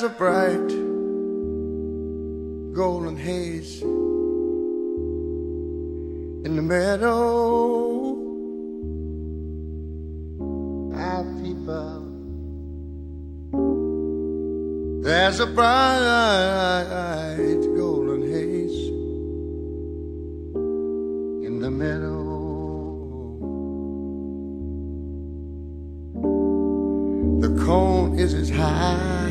a bright golden haze in the meadow. I peep out. There's a bright golden haze in the meadow. The cone is as high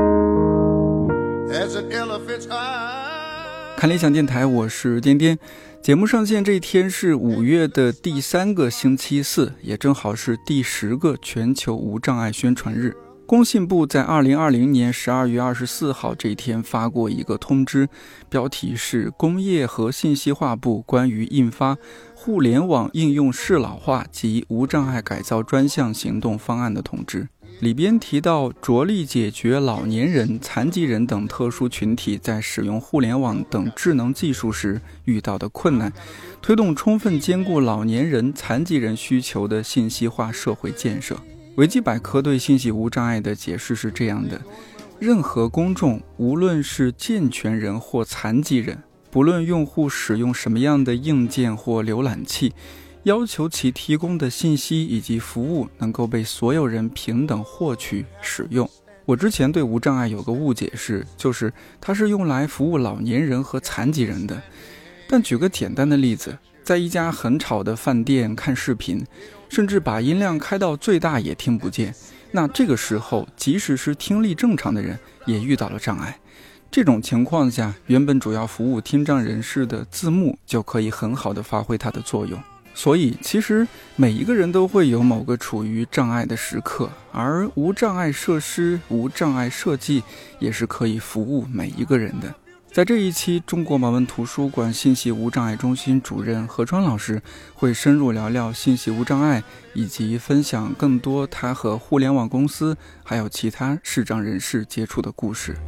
as an elephant's eye. 看理想电台，我是颠颠。节目上线这一天是5月的第3个星期四，也正好是第10个全球无障碍宣传日。工信部在2020年12月24号这一天发过一个通知，标题是工业和信息化部关于印发互联网应用适老化及无障碍改造专项行动方案的通知。里边提到着力解决老年人、残疾人等特殊群体在使用互联网等智能技术时遇到的困难，推动充分兼顾老年人、残疾人需求的信息化社会建设。维基百科对信息无障碍的解释是这样的：任何公众，无论是健全人或残疾人，不论用户使用什么样的硬件或浏览器，要求其提供的信息以及服务能够被所有人平等获取使用。我之前对无障碍有个误解就是它是用来服务老年人和残疾人的。但举个简单的例子，在一家很吵的饭店看视频，甚至把音量开到最大也听不见，那这个时候即使是听力正常的人也遇到了障碍。这种情况下，原本主要服务听障人士的字幕就可以很好的发挥它的作用。所以其实每一个人都会有某个处于障碍的时刻，而无障碍设施、无障碍设计也是可以服务每一个人的。在这一期，中国盲文图书馆信息无障碍中心主任何川老师会深入聊聊信息无障碍，以及分享更多他和互联网公司还有其他视障人士接触的故事。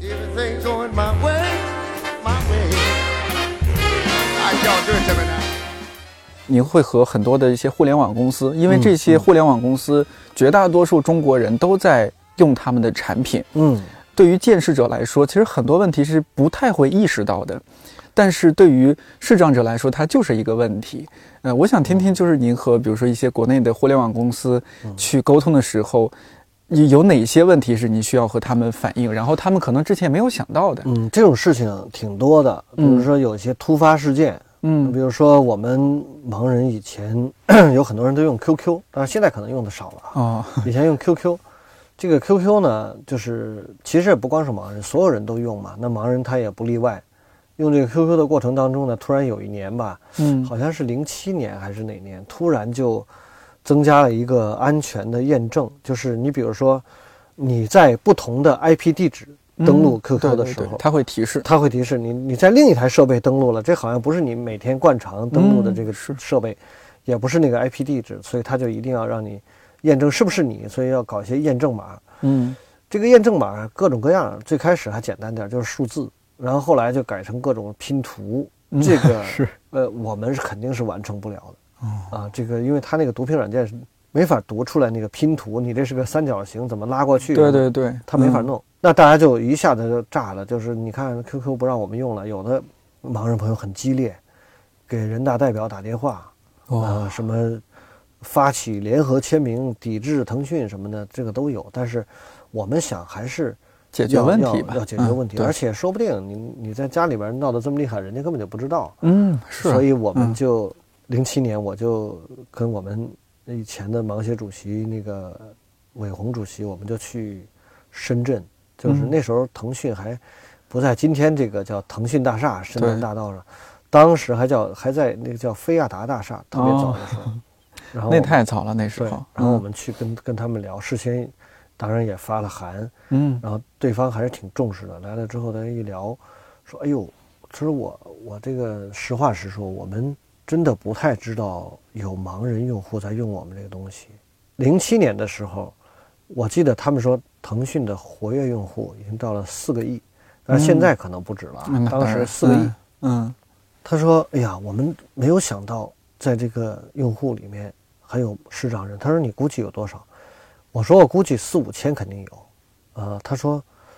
你会和很多的一些互联网公司，因为这些互联网公司绝大多数中国人都在用他们的产品。对于健视者来说，其实很多问题是不太会意识到的，但是对于视障者来说，它就是一个问题。我想听听，就是您和比如说一些国内的互联网公司去沟通的时候，有哪些问题是你需要和他们反映，然后他们可能之前没有想到的？ 这种事情挺多的，比如说有一些突发事件。比如说我们盲人以前有很多人都用 QQ， 但是现在可能用的少了。以前用 QQ， 这个 QQ 呢，就是其实也不光是盲人，所有人都用嘛，那盲人他也不例外。用这个 QQ 的过程当中呢，突然有一年吧，好像是07年还是哪年，突然就增加了一个安全的验证，就是你比如说你在不同的 IP 地址登录 QQ 的时候， 它会提示你在另一台设备登录了，这好像不是你每天惯常登录的这个设备，也不是那个 IP 地址，所以它就一定要让你验证是不是你，所以要搞一些验证码。这个验证码各种各样，最开始还简单点，就是数字，然后后来就改成各种拼图。这个我们是肯定是完成不了的。这个因为它那个读屏软件是没法读出来那个拼图，你这是个三角形怎么拉过去？ 对， 它没法弄。那大家就一下子就炸了，就是你看 QQ 不让我们用了，有的盲人朋友很激烈，给人大代表打电话，什么发起联合签名抵制腾讯什么的，这个都有。但是我们想还是解决问题吧， 要解决问题，而且说不定你在家里边闹得这么厉害，人家根本就不知道。 是。 所以我们就07年我就跟我们以前的盲协主席那个韦红主席，我们就去深圳。就是那时候腾讯还不在今天这个叫腾讯大厦深南大道上，当时还在那个叫菲亚达大厦，特别早的时候。然后那太早了那时候。 然后我们去跟他们聊，事先当然也发了函。然后对方还是挺重视的，来了之后他一聊，说：“哎呦，其实我这个实话实说，我们真的不太知道有盲人用户在用我们这个东西。07年的时候。”我记得他们说腾讯的活跃用户已经到了4个亿，但是现在可能不止了。当时4个亿。他说：“哎呀，我们没有想到在这个用户里面还有视障人。”他说：“你估计有多少？”我说：“我估计4、5千肯定有。”他说：“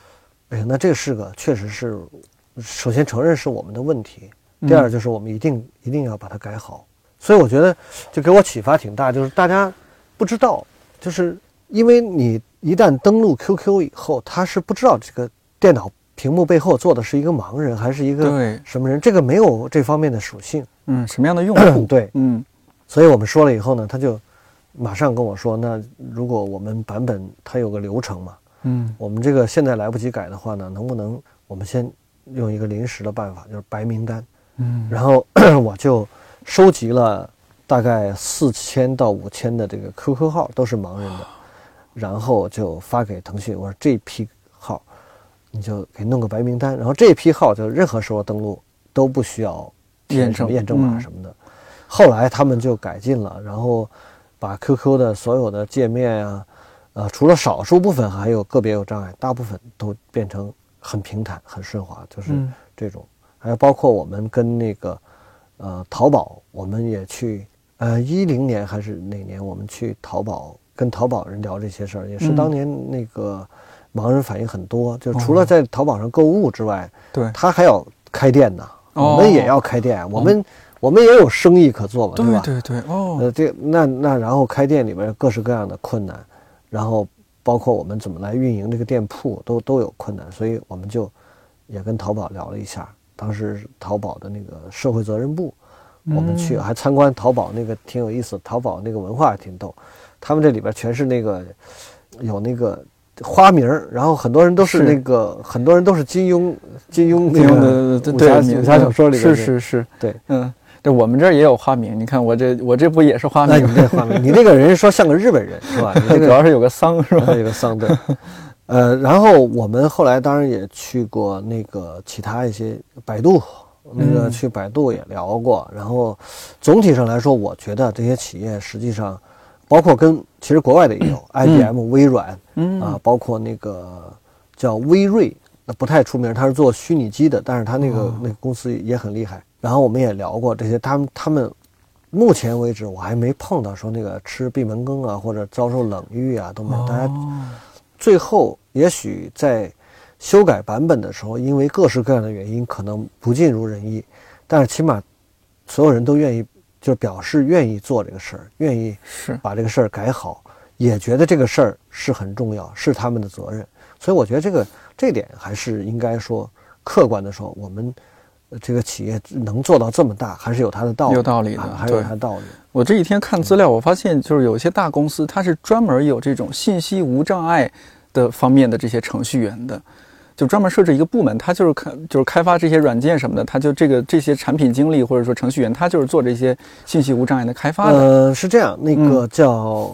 哎呀，那这是个确实是，首先承认是我们的问题，第二就是我们一定要把它改好。所以我觉得就给我启发挺大，就是大家不知道，就是因为你一旦登录 QQ 以后，他是不知道这个电脑屏幕背后坐的是一个盲人还是一个什么人，这个没有这方面的属性。 什么样的用户？ 对，所以我们说了以后呢，他就马上跟我说，那如果我们版本它有个流程嘛，我们这个现在来不及改的话呢，能不能我们先用一个临时的办法，就是白名单。然后我就收集了大概4000到5000的这个 QQ 号，都是盲人的，然后就发给腾讯，我说这批号你就给弄个白名单，然后这批号就任何时候登录都不需要验证码什么的。后来他们就改进了，然后把 QQ 的所有的界面啊，除了少数部分还有个别有障碍，大部分都变成很平坦很顺滑，就是这种。还有包括我们跟那个淘宝，我们也去10年还是哪年，我们去淘宝跟淘宝人聊这些事儿，也是当年那个盲人反应很多，就除了在淘宝上购物之外， 对， 他还要开店呢，我们也要开店，我们也有生意可做嘛，对吧？ 对， 那然后开店里边各式各样的困难，然后包括我们怎么来运营这个店铺都有困难，所以我们就也跟淘宝聊了一下。当时淘宝的那个社会责任部，我们去还参观淘宝，那个挺有意思，淘宝那个文化挺逗，他们这里边全是那个有那个花名，然后很多人都是那个很多人都是金庸那个武侠小说里边是对， 对，我们这儿也有花名，你看我这不也是花名？ 你这花名，你那个人说像个日本人是吧？你这个主要是有个桑是吧？ 有个桑对。然后我们后来当然也去过那个其他一些百度，那个去百度也聊过。然后总体上来说，我觉得这些企业实际上，包括其实国外的也有 IBM、微软，包括那个叫微瑞，那不太出名，他是做虚拟机的，但是他那个公司也很厉害。然后我们也聊过这些，他们目前为止我还没碰到说那个吃闭门羹啊，或者遭受冷遇啊都没有。大家最后也许在修改版本的时候，因为各式各样的原因可能不尽如人意，但是起码所有人都愿意，就表示愿意做这个事儿，愿意把这个事儿改好，也觉得这个事儿是很重要，是他们的责任。所以我觉得这点还是应该说客观的说，我们这个企业能做到这么大，还是有它的道理， 有道理的， 还是有它的道理。 我这几天看资料，我发现就是有些大公司，它是专门有这种信息无障碍的方面的这些程序员的，就专门设置一个部门，他就是开发这些软件什么的，他就这些产品经理或者说程序员，他就是做这些信息无障碍的开发的。 是这样，那个叫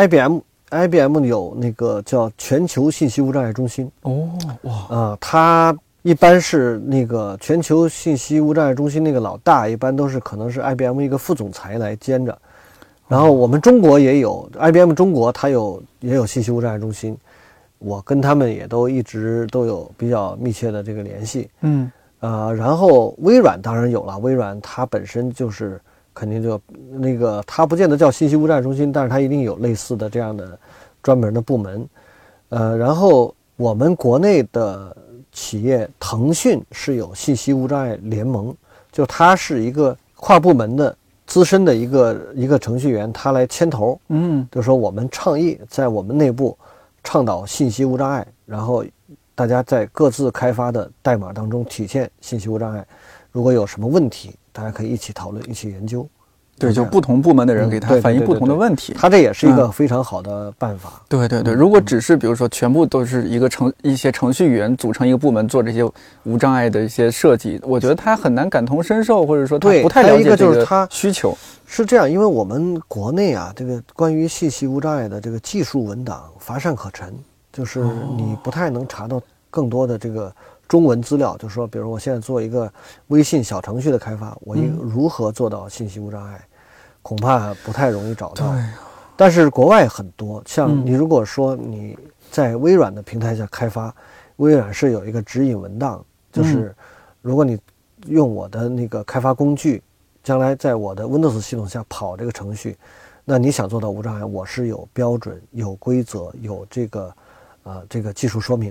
IBM 有那个叫全球信息无障碍中心。他一般是那个全球信息无障碍中心那个老大，一般都是可能是 IBM 一个副总裁来兼着。然后我们中国也有 IBM 中国，它也有信息无障碍中心，我跟他们也都一直都有比较密切的这个联系。然后微软当然有了，微软它本身就是肯定就那个，它不见得叫信息无障碍中心，但是它一定有类似的这样的专门的部门。然后我们国内的企业腾讯是有信息无障碍联盟，就它是一个跨部门的资深的一个程序员，他来牵头，就说我们倡议在我们内部倡导信息无障碍，然后大家在各自开发的代码当中体现信息无障碍，如果有什么问题，大家可以一起讨论，一起研究。 对，就不同部门的人给他反映不同的问题， 他这也是一个非常好的办法。 对，如果只是比如说全部都是一些程序员组成一个部门做这些无障碍的一些设计，我觉得他很难感同身受，或者说他不太了解这个需求。 是这样，因为我们国内啊，这个关于信息无障碍的这个技术文档乏善可陈，就是你不太能查到更多的这个中文资料，就是说比如我现在做一个微信小程序的开发，我如何做到信息无障碍，恐怕不太容易找到。但是国外很多，像你如果说你在微软的平台下开发，微软是有一个指引文档，就是如果你用我的那个开发工具，将来在我的 Windows 系统下跑这个程序，那你想做到无障碍，我是有标准、有规则、有这个技术说明的。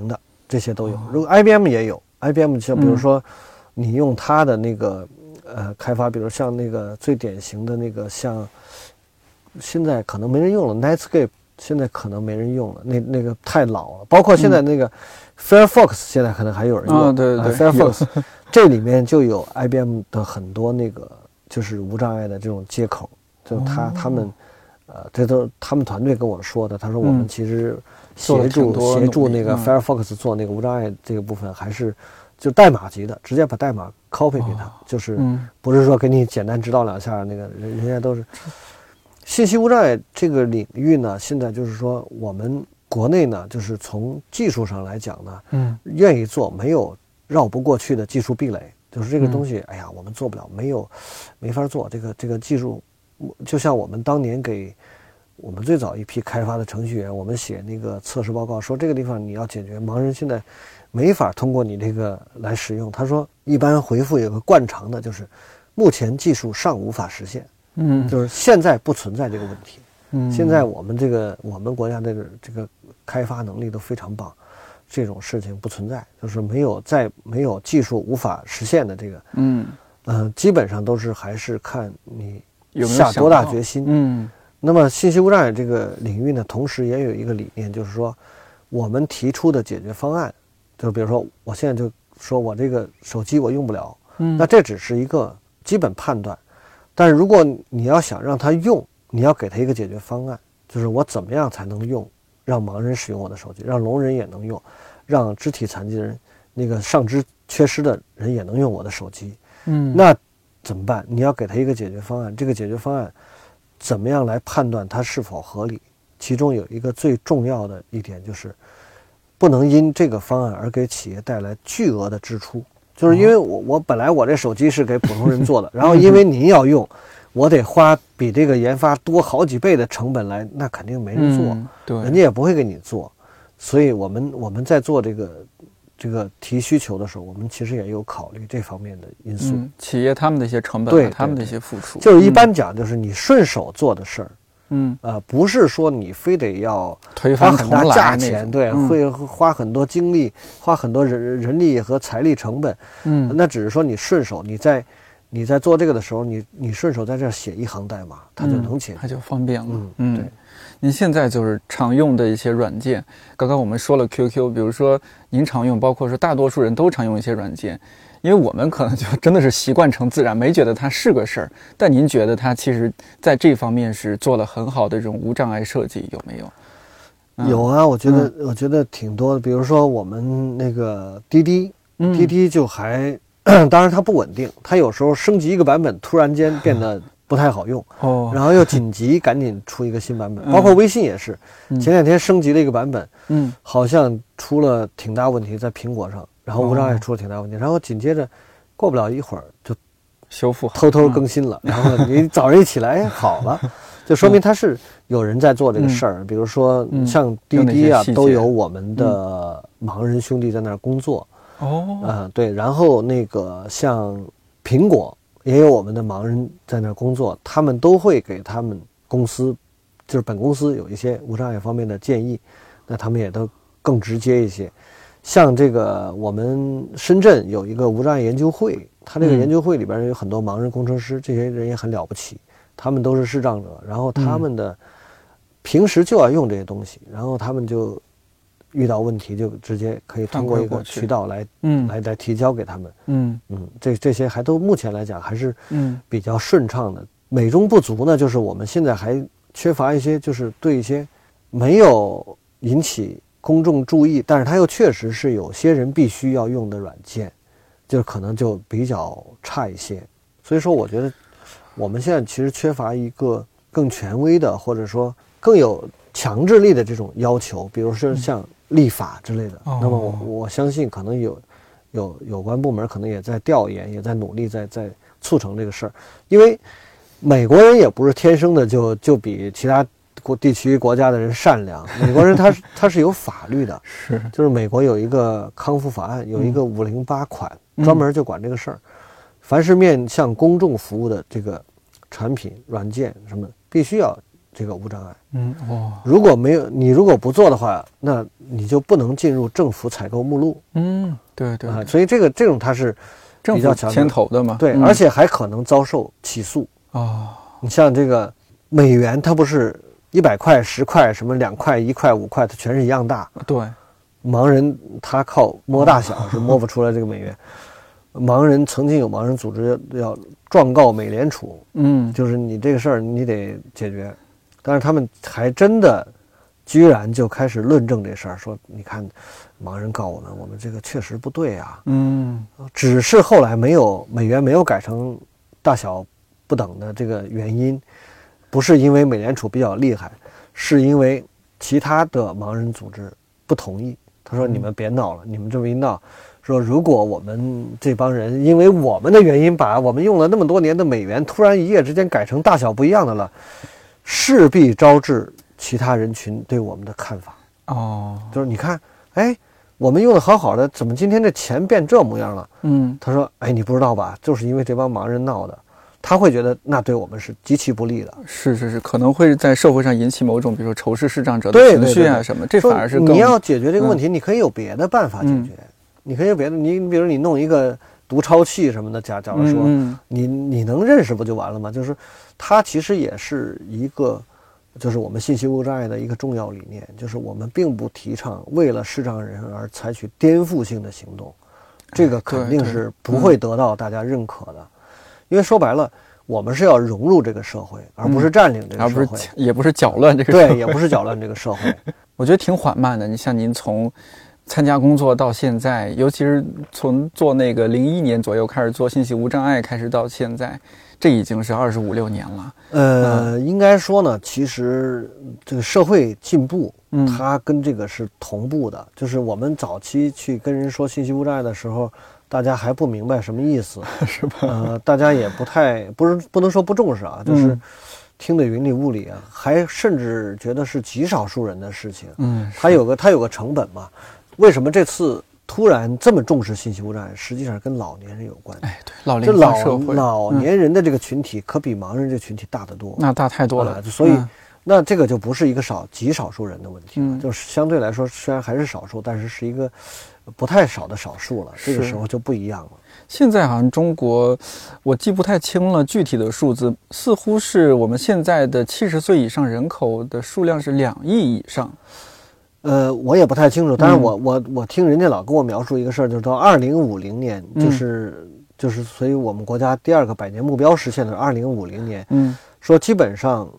这些都有。如果 IBM 也有 ，IBM 就比如说你用它的那个开发，比如像那个最典型的那个像现在可能没人用了 Netscape， 现在可能没人用了，那个太老了。包括现在那个 Firefox 现在可能还有人用， 对对 Firefox 这里面就有 IBM 的很多那个就是无障碍的这种接口，就他们这都他们团队跟我说的，他说我们其实协助那个 Firefox 做那个无障碍这个部分，还是就代码级的，直接把代码 copy 给他，就是不是说给你简单指导两下，那个人家都是。信息无障碍这个领域呢，现在就是说我们国内呢，就是从技术上来讲呢，愿意做，没有绕不过去的技术壁垒，就是这个东西，哎呀，我们做不了，没法做。这个技术，就像我们当年给我们最早一批开发的程序员，我们写那个测试报告，说这个地方你要解决盲人现在没法通过你这个来使用。他说，一般回复有个惯常的，就是目前技术尚无法实现。就是现在不存在这个问题。现在我们国家的这个开发能力都非常棒，这种事情不存在，就是没有技术无法实现的这个，基本上都是还是看你下多大决心。那么信息无障碍这个领域呢，同时也有一个理念，就是说我们提出的解决方案，就比如说我现在就说我这个手机我用不了，那这只是一个基本判断。但是如果你要想让他用，你要给他一个解决方案，就是我怎么样才能用，让盲人使用我的手机，让聋人也能用，让肢体残疾人那个上肢缺失的人也能用我的手机。那怎么办？你要给他一个解决方案，这个解决方案怎么样来判断它是否合理？其中有一个最重要的一点就是，不能因这个方案而给企业带来巨额的支出。就是因为我本来我这手机是给普通人做的，然后因为您要用，我得花比这个研发多好几倍的成本来，那肯定没人做， 对， 人家也不会给你做。所以我们在做这个提需求的时候，我们其实也有考虑这方面的因素。 企业他们的一些成本， 对， 他们的一些付出， 就是一般讲，就是你顺手做的事儿。不是说你非得要花很大价钱，对，会花很多精力，花很多人力和财力成本。那只是说你顺手，你在做这个的时候，你顺手在这写一行代码，它就能解决， 它就方便了。 对。 您现在就是常用的一些软件，刚刚我们说了 QQ， 比如说您常用，包括说大多数人都常用一些软件。因为我们可能就真的是习惯成自然，没觉得它是个事儿。但您觉得它其实在这方面是做了很好的这种无障碍设计，有没有？ 有啊，我觉得挺多的。比如说我们那个滴滴就还，当然它不稳定，它有时候升级一个版本，突然间变得不太好用，然后又紧急赶紧出一个新版本。包括微信也是，前两天升级了一个版本，好像出了挺大问题在苹果上。然后无障碍出了挺大问题，然后紧接着过不了一会儿就修复好， 偷偷更新了。然后你早上一起来好了，就说明他是有人在做这个事儿。比如说像滴滴啊，都有我们的盲人兄弟在那儿工作。对。然后那个像苹果也有我们的盲人在那儿工作，他们都会给他们公司，就是本公司有一些无障碍方面的建议，那他们也都更直接一些。像这个我们深圳有一个无障碍研究会，他这个研究会里边有很多盲人工程师，这些人也很了不起，他们都是视障者，然后他们的平时就要用这些东西，然后他们就遇到问题就直接可以通过一个渠道来提交给他们。这些还都目前来讲还是比较顺畅的。美中不足呢，就是我们现在还缺乏一些，就是对一些没有引起公众注意，但是它又确实是有些人必须要用的软件，就可能就比较差一些。所以说我觉得我们现在其实缺乏一个更权威的，或者说更有强制力的这种要求，比如说像立法之类的。那么我相信可能有关部门可能也在调研，也在努力在促成这个事儿。因为美国人也不是天生的就比其他地区国家的人善良，美国人他是有法律的， 是， 就是美国有一个康复法案，有一个508款，专门就管这个事儿。凡是面向公众服务的这个产品、软件什么，必须要这个无障碍。 如果没有你如果不做的话，那你就不能进入政府采购目录。 对对啊， 所以这种它是比较强牵头的嘛。 对，而且还可能遭受起诉。你像这个美元，它不是100块、10块、什么2块、1块、5块，它全是一样大。 对， 盲人他靠摸大小是摸不出来这个美元。盲人曾经有盲人组织要状告美联储，就是你这个事儿你得解决，但是他们还真的居然就开始论证这事儿，说你看盲人告我们这个确实不对啊。只是后来美元没有改成大小不等的这个原因，不是因为美联储比较厉害，是因为其他的盲人组织不同意。他说你们别闹了，你们这么一闹，说如果我们这帮人因为我们的原因把我们用了那么多年的美元突然一夜之间改成大小不一样的了，势必招致其他人群对我们的看法。就是你看，我们用的好好的，怎么今天这钱变这模样了？他说你不知道吧，就是因为这帮盲人闹的。他会觉得那对我们是极其不利的。是， 可能会在社会上引起某种比如说仇视视障者的情绪啊什么，这反而是更你要解决这个问题，你可以有别的办法解决。你可以有别的，你比如你弄一个读钞器什么的，假如说你能认识不就完了吗？就是它其实也是一个，就是我们信息无障碍的一个重要理念，就是我们并不提倡为了视障人而采取颠覆性的行动，这个肯定是不会得到大家认可的。因为说白了，我们是要融入这个社会，而不是占领这个社会， 也不是搅乱这个社会。 对，也不是搅乱这个社会。 我觉得挺缓慢的。你像您从参加工作到现在，尤其是从做那个01年左右开始做信息无障碍开始到现在，这已经是25、26年了。 应该说呢，其实这个社会进步，它跟这个是同步的。就是我们早期去跟人说信息无障碍的时候，大家还不明白什么意思， 是吧？ 大家也不能说不重视啊，就是听得云里雾里啊，还甚至觉得是极少数人的事情。它有个成本嘛。为什么这次突然这么重视信息无障碍？实际上跟老年人有关。 对，老龄化社会， 老年人的这个群体可比盲人这个群体大得多。 那大太多了。 所以，那这个就不是一个极少数人的问题了，就是相对来说虽然还是少数，但是一个不太少的少数了。这个时候就不一样了。 现在好像中国，我记不太清了具体的数字，似乎是我们现在的70岁以上人口的数量是2亿以上。 我也不太清楚，但是我听人家老跟我描述一个事儿，就是到2050年，就是，所以我们国家第2个100年目标实现的2050年，说基本上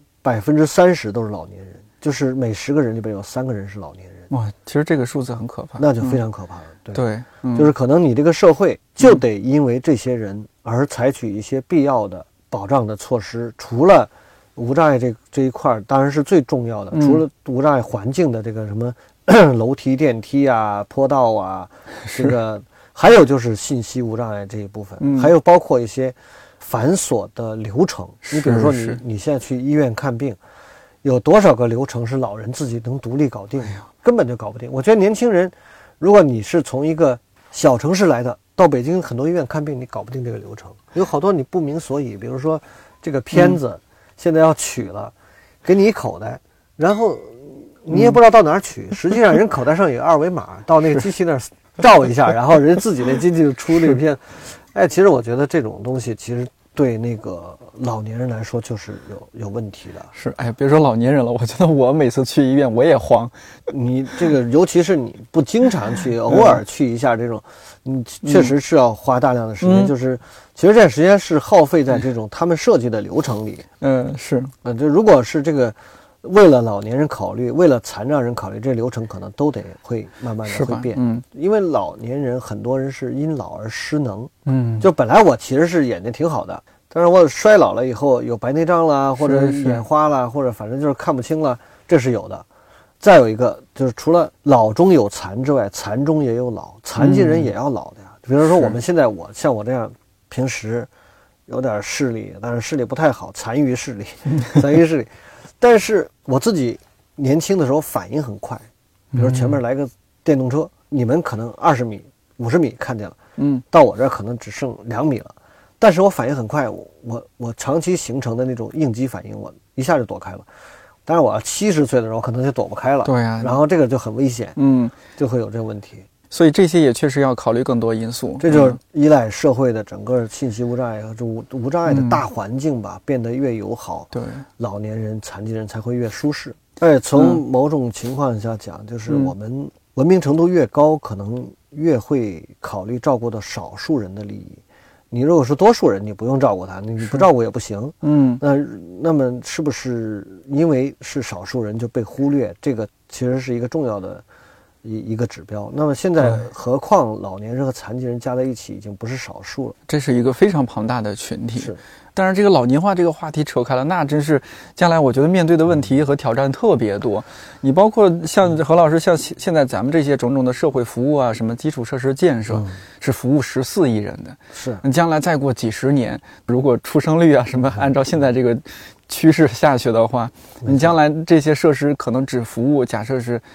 30%都是老年人，就是每10个人里边有3个人是老年人。 哇，其实这个数字很可怕， 那就非常可怕了。 对， 就是可能你这个社会就得因为这些人而采取一些必要的保障的措施，除了无障碍这一块当然是最重要的，除了无障碍环境的这个什么楼梯、电梯啊、坡道啊，这个还有就是信息无障碍这一部分，还有包括一些繁琐的流程。你比如说你现在去医院看病，有多少个流程是老人自己能独立搞定的？根本就搞不定。我觉得年轻人，如果你是从一个小城市来的，到北京很多医院看病，你搞不定这个流程，有好多你不明所以。比如说这个片子现在要取了，给你一口袋，然后你也不知道到哪儿取，实际上人口袋上有2维码，到那个机器那儿照一下，然后人自己那机器就出这个片。其实我觉得这种东西其实对那个老年人来说就是有问题的。 是，别说老年人了，我觉得我每次去医院我也慌。 你这个尤其是你不经常去，偶尔去一下这种，你确实是要花大量的时间。就是其实这段时间是耗费在这种他们设计的流程里。 是。 就如果是这个为了老年人考虑，为了残障人考虑，这流程可能都会慢慢的会变。因为老年人很多人是因老而失能。就本来我其实是眼睛挺好的，但是我衰老了以后有白内障啦，或者眼花啦，或者反正就是看不清了，这是有的。再有一个就是除了老中有残之外，残中也有老，残疾人也要老的呀。比如说我们现在像我这样平时有点视力，但是视力不太好，残余视力，但是我自己年轻的时候反应很快，比如前面来个电动车，你们可能20米、50米看见了，到我这儿可能只剩2米了，但是我反应很快，我长期形成的那种应激反应，我一下就躲开了。 但是我要70岁的时候可能就躲不开了， 对呀， 然后这个就很危险，就会有这个问题。 所以这些也确实要考虑更多因素， 这就是依赖社会的整个信息无障碍和这无障碍的大环境吧，变得越友好， 对， 老年人、残疾人才会越舒适。而且从某种情况下讲，就是我们文明程度越高，可能越会考虑照顾到少数人的利益。你如果是多数人，你不用照顾他，你不照顾也不行。那么是不是因为是少数人就被忽略？这个其实是一个重要的一个指标。那么现在何况老年人和残疾人加在一起已经不是少数了， 这是一个非常庞大的群体。 是。 但是这个老年化这个话题扯开了，那真是将来我觉得面对的问题和挑战特别多。你包括像何老师，像现在咱们这些种种的社会服务啊，什么基础设施建设，是服务14亿人的。 是。 将来再过几十年，如果出生率啊什么按照现在这个趋势下去的话，你将来这些设施可能只服务假设是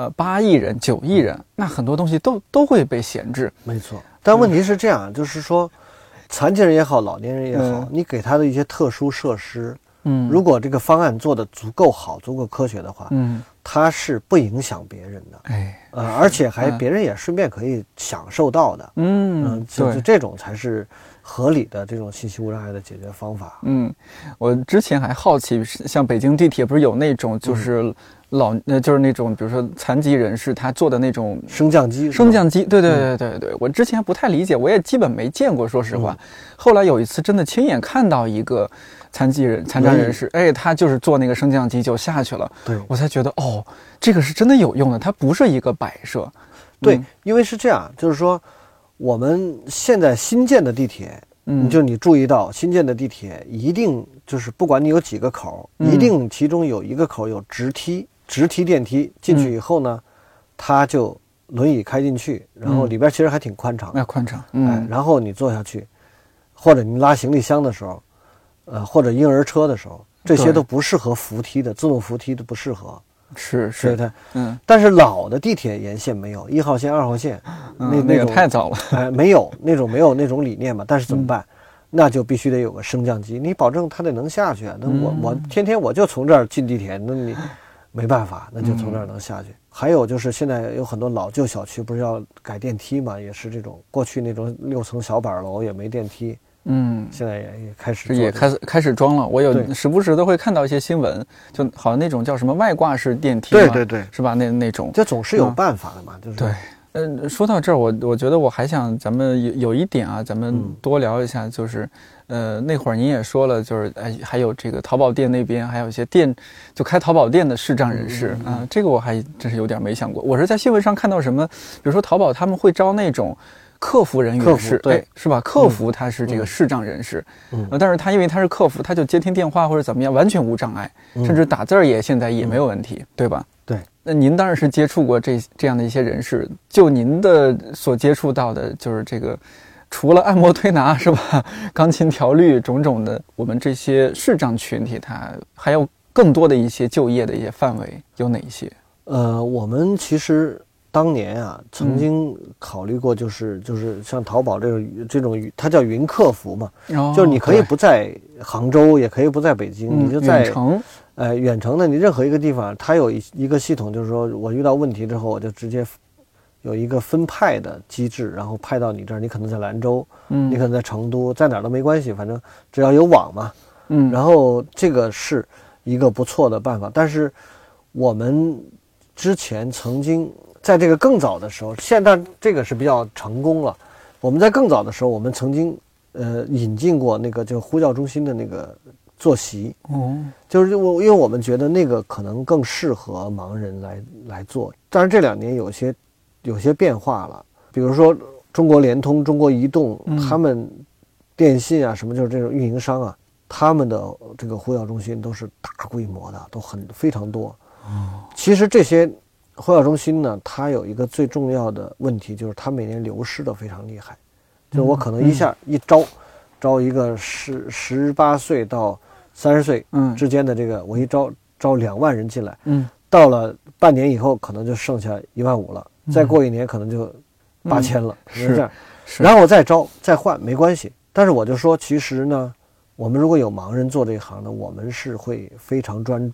8亿人、9亿人，那很多东西都会被闲置。 没错。但问题是这样，就是说残疾人也好，老年人也好，你给他的一些特殊设施，如果这个方案做得足够好、足够科学的话，它是不影响别人的，而且还别人也顺便可以享受到的，就这种才是合理的这种信息无障碍的解决方法。 我之前还好奇，像北京地铁不是有那种就是就是那种比如说残疾人士他坐的那种升降机， 对，我之前不太理解，我也基本没见过，说实话。后来有一次真的亲眼看到一个残障人士，他就是坐那个升降机就下去了， 对， 我才觉得这个是真的有用的，它不是一个摆设。 对，因为是这样，就是说我们现在新建的地铁，你注意到新建的地铁一定就是不管你有几个口，一定其中有一个口有直梯电梯，进去以后呢，它就轮椅开进去，然后里边其实还挺宽敞， 宽敞， 然后你坐下去，或者你拉行李箱的时候，或者婴儿车的时候，这些都不适合扶梯的，自动扶梯都不适合。 是， 但是老的地铁沿线没有，1号线、2号线，那个太早了， 没有那种理念嘛。但是怎么办？那就必须得有个升降机，你保证它得能下去啊。那我天天我就从这儿进地铁，那你没办法，那就从这儿能下去。还有就是现在有很多老旧小区不是要改电梯嘛，也是这种过去那种6层小板楼也没电梯。现在也开始装了。我有时不时都会看到一些新闻，就好像那种叫什么外挂式电梯， 对， 是吧？那种， 这总是有办法的嘛，就是对。说到这儿，我觉得我还想咱们有一点啊，咱们多聊一下，就是那会儿您也说了，就是还有这个淘宝店那边还有一些店就开淘宝店的视障人士这个我还真是有点没想过。我是在新闻上看到什么，比如说淘宝他们会招那种客服人员， 对， 是吧？客服他是这个视障人士，但是他因为他是客服，他就接听电话或者怎么样，完全无障碍，甚至打字儿现在也没有问题，对吧？ 对。 那您当然是接触过这样的一些人士，就您的所接触到的，就是这个除了按摩推拿是吧，钢琴调律种种的，我们这些视障群体，它还有更多的一些就业的一些范围有哪些？ 我们其实当年啊，曾经考虑过，就是像淘宝这种，它叫云客服嘛，就是你可以不在杭州，也可以不在北京，你就在远程的，你任何一个地方，它有一个系统，就是说我遇到问题之后，我就直接有一个分派的机制，然后派到你这儿，你可能在兰州，你可能在成都，在哪儿都没关系，反正只要有网嘛，然后这个是一个不错的办法。但是我们之前曾经在这个更早的时候，现在这个是比较成功了。我们在更早的时候，我们曾经引进过那个就呼叫中心的那个坐席，就是因为我们觉得那个可能更适合盲人来做。当然这2年有些变化了，比如说中国联通、中国移动，他们电信啊什么，就是这种运营商啊，他们的这个呼叫中心都是大规模的，都非常多。其实这些呼叫中心呢，它有一个最重要的问题，就是它每年流失的非常厉害。就我可能一下一招一个18岁到30岁之间的这个，我一招2万人进来，到了半年以后可能就剩下15000了，再过1年可能就8000了，是这样。然后我再招再换没关系，但是我就说，其实呢，我们如果有盲人做这一行呢，我们是会非常专注，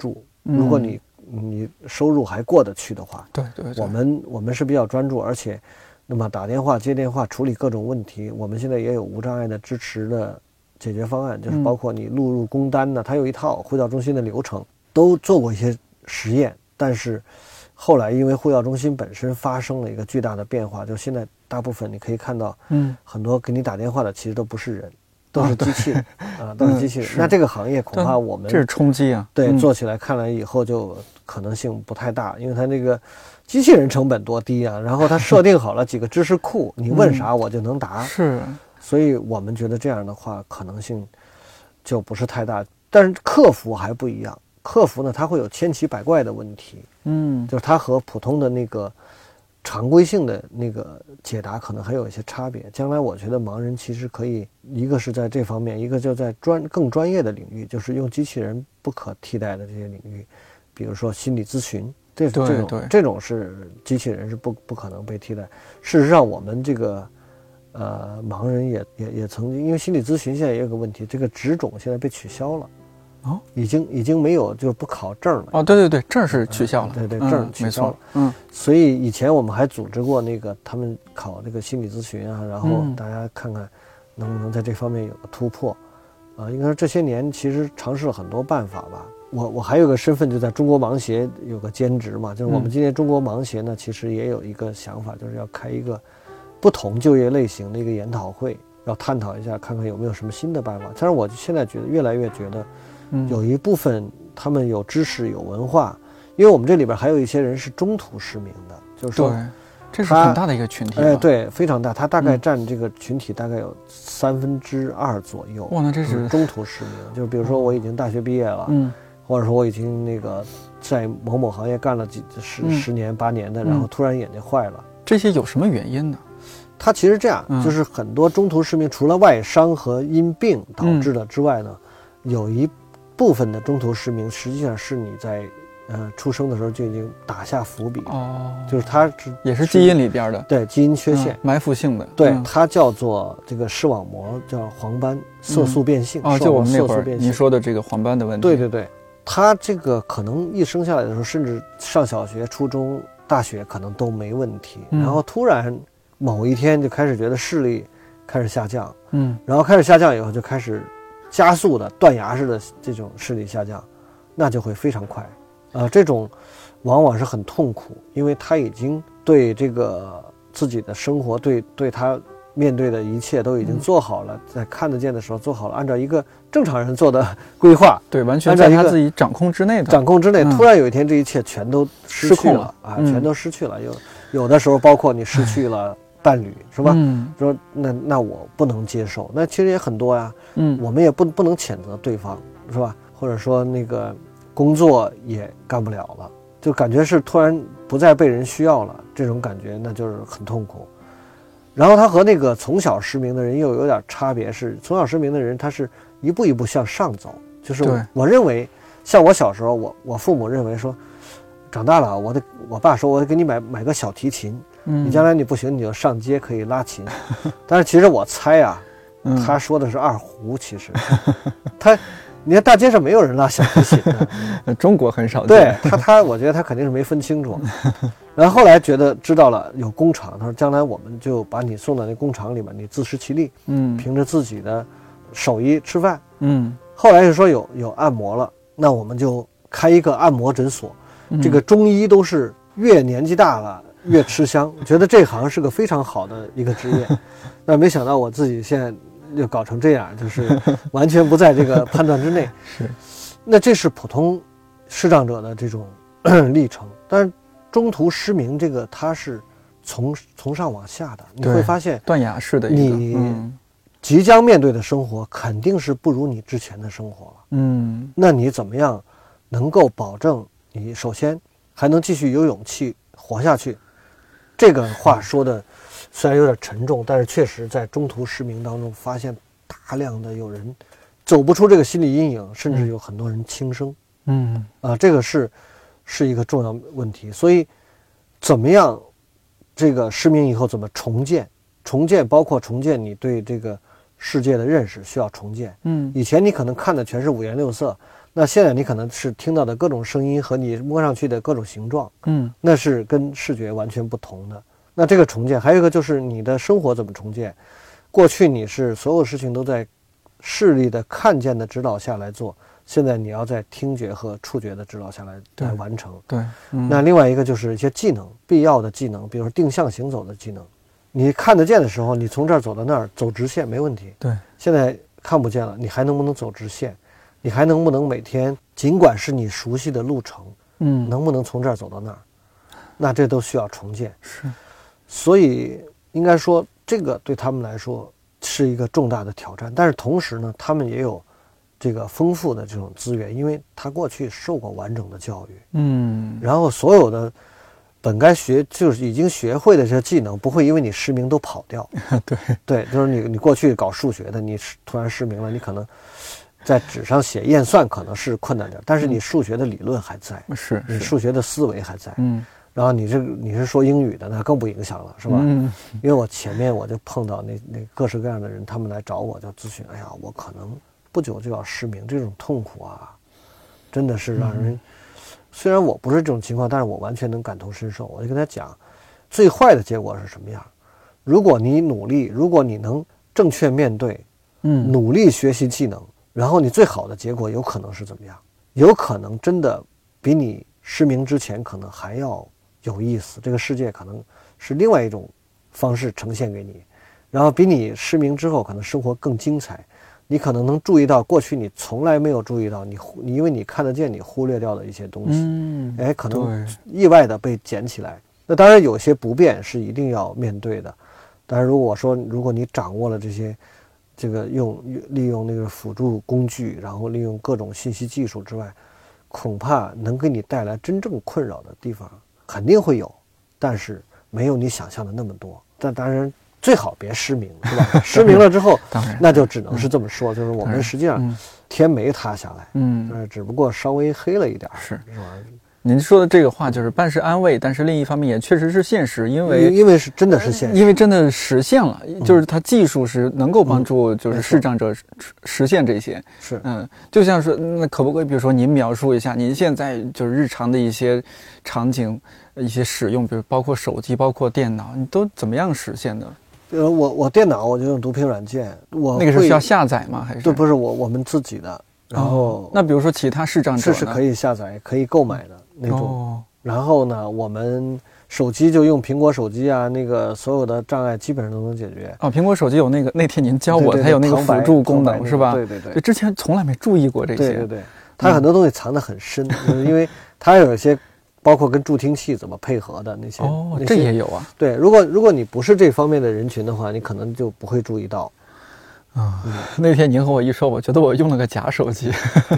如果你收入还过得去的话， 对， 我们是比较专注，而且那么打电话接电话处理各种问题，我们现在也有无障碍的支持的解决方案，就是包括你录入工单呢，它有一套呼叫中心的流程，都做过一些实验，但是后来因为呼叫中心本身发生了一个巨大的变化，就现在大部分你可以看到，很多给你打电话的其实都不是人，都是机器人都是机器人。那这个行业恐怕我们这是冲击啊， 对，做起来看来以后就可能性不太大，因为它那个机器人成本多低啊，然后它设定好了几个知识库，你问啥我就能答， 是， 所以我们觉得这样的话可能性就不是太大。但是客服还不一样，客服呢它会有千奇百怪的问题，就是它和普通的那个常规性的那个解答可能还有一些差别。将来我觉得盲人其实可以，一个是在这方面，一个就在更专业的领域，就是用机器人不可替代的这些领域，比如说心理咨询，这种是机器人是不可能被替代。事实上我们这个盲人也曾经，因为心理咨询现在也有个问题，这个职种现在被取消了。已经没有，就是不考证了。对， 证是取消了。 对，证取消了。所以以前我们还组织过那个他们考这个心理咨询啊，然后大家看看能不能在这方面有个突破。应该说这些年其实尝试了很多办法吧。我还有个身份就在中国盲协有个兼职嘛，就是我们今年中国盲协呢，其实也有一个想法，就是要开一个不同就业类型的一个研讨会，要探讨一下，看看有没有什么新的办法。但是我现在越来越觉得。有一部分他们有知识有文化，因为我们这里边还有一些人是中途失明的，就是说这是很大的一个群体。 对，非常大，他大概占这个群体大概有2/3左右。 哇，那这是中途失明，就是比如说我已经大学毕业了，或者说我已经那个在某某行业干了10年8年的，然后突然眼睛坏了。 这些有什么原因呢？ 它其实这样，就是很多中途失明除了外伤和因病导致的之外呢，有一部分的中途失明实际上是你在出生的时候就已经打下伏笔，就是它也是基因里边的， 对，基因缺陷， 埋伏性的， 对，它叫做这个视网膜叫黄斑色素变性， 就我们那会儿您说的这个黄斑的问题， 对，它这个可能一生下来的时候，甚至上小学、初中、大学可能都没问题，然后突然某一天就开始觉得视力开始下降，然后开始下降以后就开始加速的断崖式的这种视力下降，那就会非常快，这种往往是很痛苦，因为他已经对这个自己的生活，对他面对的一切都已经做好了，在看得见的时候做好了，按照一个正常人做的规划， 对，完全在他自己掌控之内的。 突然有一天，这一切全都失去了啊，全都失去了。有的时候，包括你失去了伴侣，是吧？说那我不能接受，那其实也很多呀。我们也不能谴责对方，是吧？或者说那个工作也干不了了，就感觉是突然不再被人需要了，这种感觉那就是很痛苦。然后他和那个从小失明的人又有点差别，是从小失明的人他是一步一步向上走，就是我认为像我小时候，我父母认为说长大了我爸说我得给你买个小提琴，你将来你不行你就上街可以拉琴，但是其实我猜啊，他说的是二胡，其实你看大街上没有人拉小提琴的， 中国很少见。 对他我觉得他肯定是没分清楚。然后后来知道了有工厂，他说将来我们就把你送到那工厂里面，你自食其力，凭着自己的手艺吃饭。后来就说有按摩了，那我们就开一个按摩诊所。这个中医都是越年纪大了越吃香，觉得这行是个非常好的一个职业。那没想到我自己现在就搞成这样，就是完全不在这个判断之内。 是， 那这是普通视障者的这种历程，但是中途失明这个它是从上往下的，你会发现断崖式的一个， 你即将面对的生活肯定是不如你之前的生活了。那你怎么样能够保证你首先还能继续有勇气活下去？这个话说的虽然有点沉重，但是确实在中途失明当中发现大量的有人走不出这个心理阴影，甚至有很多人轻生。这个是一个重要问题。所以怎么样这个失明以后怎么重建包括重建你对这个世界的认识需要重建。以前你可能看的全是五颜六色， 那现在你可能是听到的各种声音和你摸上去的各种形状，那是跟视觉完全不同的。那这个重建还有一个就是你的生活怎么重建。过去你是所有事情都在视力的看见的指导下来做，现在你要在听觉和触觉的指导下来完成。 对， 那另外一个就是一些技能，必要的技能，比如说定向行走的技能。你看得见的时候，你从这儿走到那儿走直线没问题。 对， 现在看不见了，你还能不能走直线？你还能不能每天，尽管是你熟悉的路程，能不能从这儿走到那儿？那这都需要重建。 是， 所以应该说，这个对他们来说是一个重大的挑战。但是同时呢，他们也有这个丰富的这种资源，因为他过去受过完整的教育，然后所有的本该学就是已经学会的这些技能，不会因为你失明都跑掉。对，就是你过去搞数学的，你突然失明了，你可能在纸上写验算可能是困难点，但是你数学的理论还在， 是你数学的思维还在，然后你是说英语的，那更不影响了，是吧？因为我前面我就碰到那各式各样的人，他们来找我就咨询，哎呀，我可能不久就要失明，这种痛苦啊，真的是让人。虽然我不是这种情况，但是我完全能感同身受。我就跟他讲，最坏的结果是什么样？如果你努力，如果你能正确面对，努力学习技能，然后你最好的结果有可能是怎么样？有可能真的比你失明之前可能还要有意思，这个世界可能是另外一种方式呈现给你，然后比你失明之后可能生活更精彩。你可能能注意到过去你从来没有注意到，你因为你看得见你忽略掉的一些东西，可能意外的被捡起来。那当然有些不便是一定要面对的，但是如果你掌握了这个利用那个辅助工具，然后利用各种信息技术之外，恐怕能给你带来真正困扰的地方肯定会有，但是没有你想象的那么多。但当然最好别失明，是吧？失明了之后，那就只能是这么说，就是我们实际上天没塌下来，只不过稍微黑了一点，是吧？ 您说的这个话就是半是安慰，但是另一方面也确实是现实，因为是真的是现实， 因为真的实现了，就是它技术是能够帮助就是视障者实现这些。 是， 就像是那可不可以，比如说您描述一下您现在就是日常的一些场景、一些使用，比如包括手机、包括电脑，你都怎么样实现的？ 我电脑我就用读屏软件， 那个是需要下载吗？还是？ 对，不是我们自己的。然后， 那比如说其他视障者呢？ 是可以下载、可以购买的那种。然后呢，我们手机就用苹果手机啊，那个所有的障碍基本上都能解决。 苹果手机有那天您教我，它有那个辅助功能，是吧？ 对， 之前从来没注意过这些。 对，它很多东西藏得很深，因为它有一些。包括跟助听器怎么配合的那些这也有啊。 对，如果你不是这方面的人群的话，你可能就不会注意到。 那天您和我一说，我觉得我用了个假手机。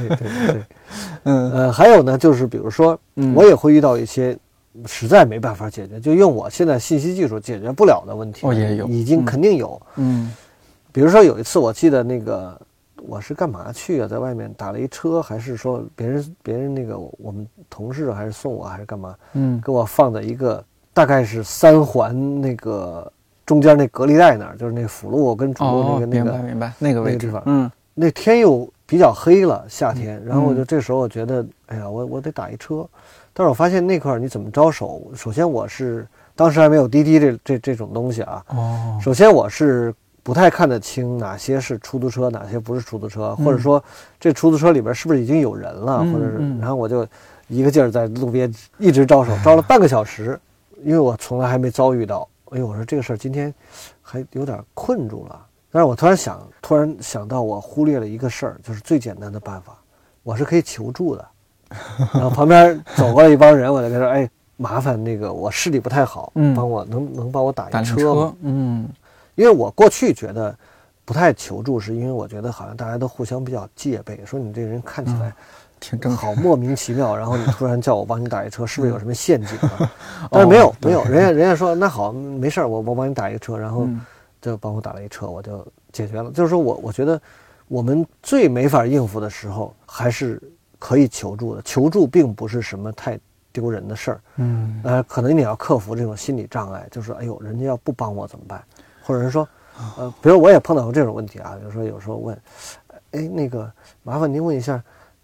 对，还有呢，就是比如说，我也会遇到一些实在没办法解决，就用我现在信息技术解决不了的问题。 也有， 已经肯定有。比如说有一次，我记得那个。我是干嘛去啊？在外面打了一车，还是说别人那个我们同事还是送我还是干嘛？给我放在一个大概是3环那个中间那隔离带那儿，就是那辅路跟主路那个明白那个位置。 那天又比较黑了，夏天，然后我就这时候我觉得，哎呀，我得打一车，但是我发现那块你怎么招手？首先我是当时还没有滴滴这种东西啊。首先我是。不太看得清哪些是出租车，哪些不是出租车，或者说这出租车里边是不是已经有人了，或者是，然后我就一个劲儿在路边一直招手，招了半个小时，因为我从来还没遭遇到。哎呦，我说这个事儿今天还有点困住了。但是我突然想到，我忽略了一个事儿，就是最简单的办法，我是可以求助的。然后旁边走过来一帮人，我就跟他说：“哎，麻烦那个我视力不太好，帮我能帮我打一车吗？”因为我过去觉得不太求助，是因为我觉得好像大家都互相比较戒备，说你这人看起来挺正好莫名其妙，然后你突然叫我帮你打一车，是不是有什么陷阱啊？但是没有，人家说那好，没事，我帮你打一个车，然后就帮我打了一车，我就解决了。就是说我觉得我们最没法应付的时候，还是可以求助的。求助并不是什么太丢人的事儿，可能你要克服这种心理障碍，就是哎呦，人家要不帮我怎么办？或者是说，比如我也碰到过这种问题啊，比如说有时候问，哎，那个麻烦您问一下，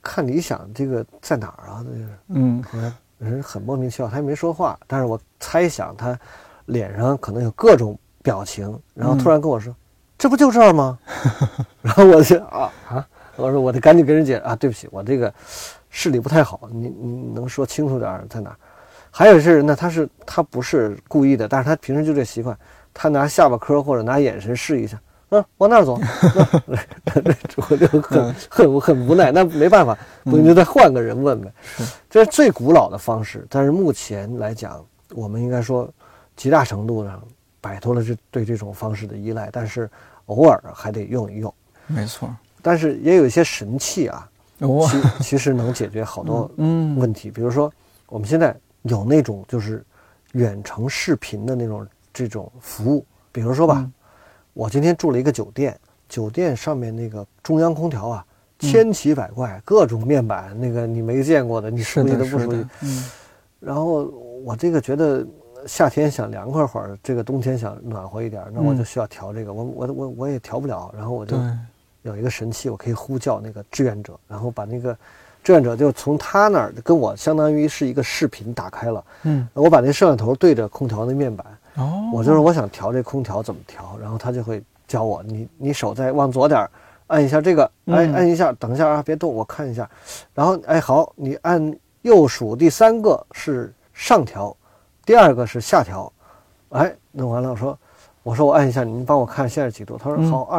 看理想这个在哪儿啊？这个后来人很莫名其妙，他也没说话，但是我猜想他脸上可能有各种表情，然后突然跟我说：“这不就这儿吗？”然后我就我说我得赶紧跟人解啊，对不起，我这个视力不太好，你能说清楚点在哪儿？还有是那他不是故意的，但是他平时就这习惯，他拿下巴颏或者拿眼神试一下，往那儿走，我就很无奈，那没办法，不行就再换个人问呗。这是最古老的方式，但是目前来讲，我们应该说极大程度上摆脱了对这种方式的依赖，但是偶尔还得用一用。 没错， 但是也有一些神器啊，其实能解决好多问题。比如说我们现在有那种就是远程视频的这种服务，比如说吧，我今天住了一个酒店，酒店上面那个中央空调啊，千奇百怪，各种面板，那个你没见过的，你熟悉的不熟悉。然后我这个觉得夏天想凉快会儿，这个冬天想暖和一点，那我就需要调这个，我也调不了，然后我就有一个神器，我可以呼叫那个志愿者，然后把那个志愿者就从他那儿跟我相当于是一个视频打开了，我把那摄像头对着空调的面板，我就是我想调这空调怎么调，然后他就会教我，你手再往左点，按一下这个，按一下，等一下啊，别动，我看一下，然后好，你按右数第3个是上调，第2个是下调，弄完了我说我按一下，您帮我看现在几度，他说好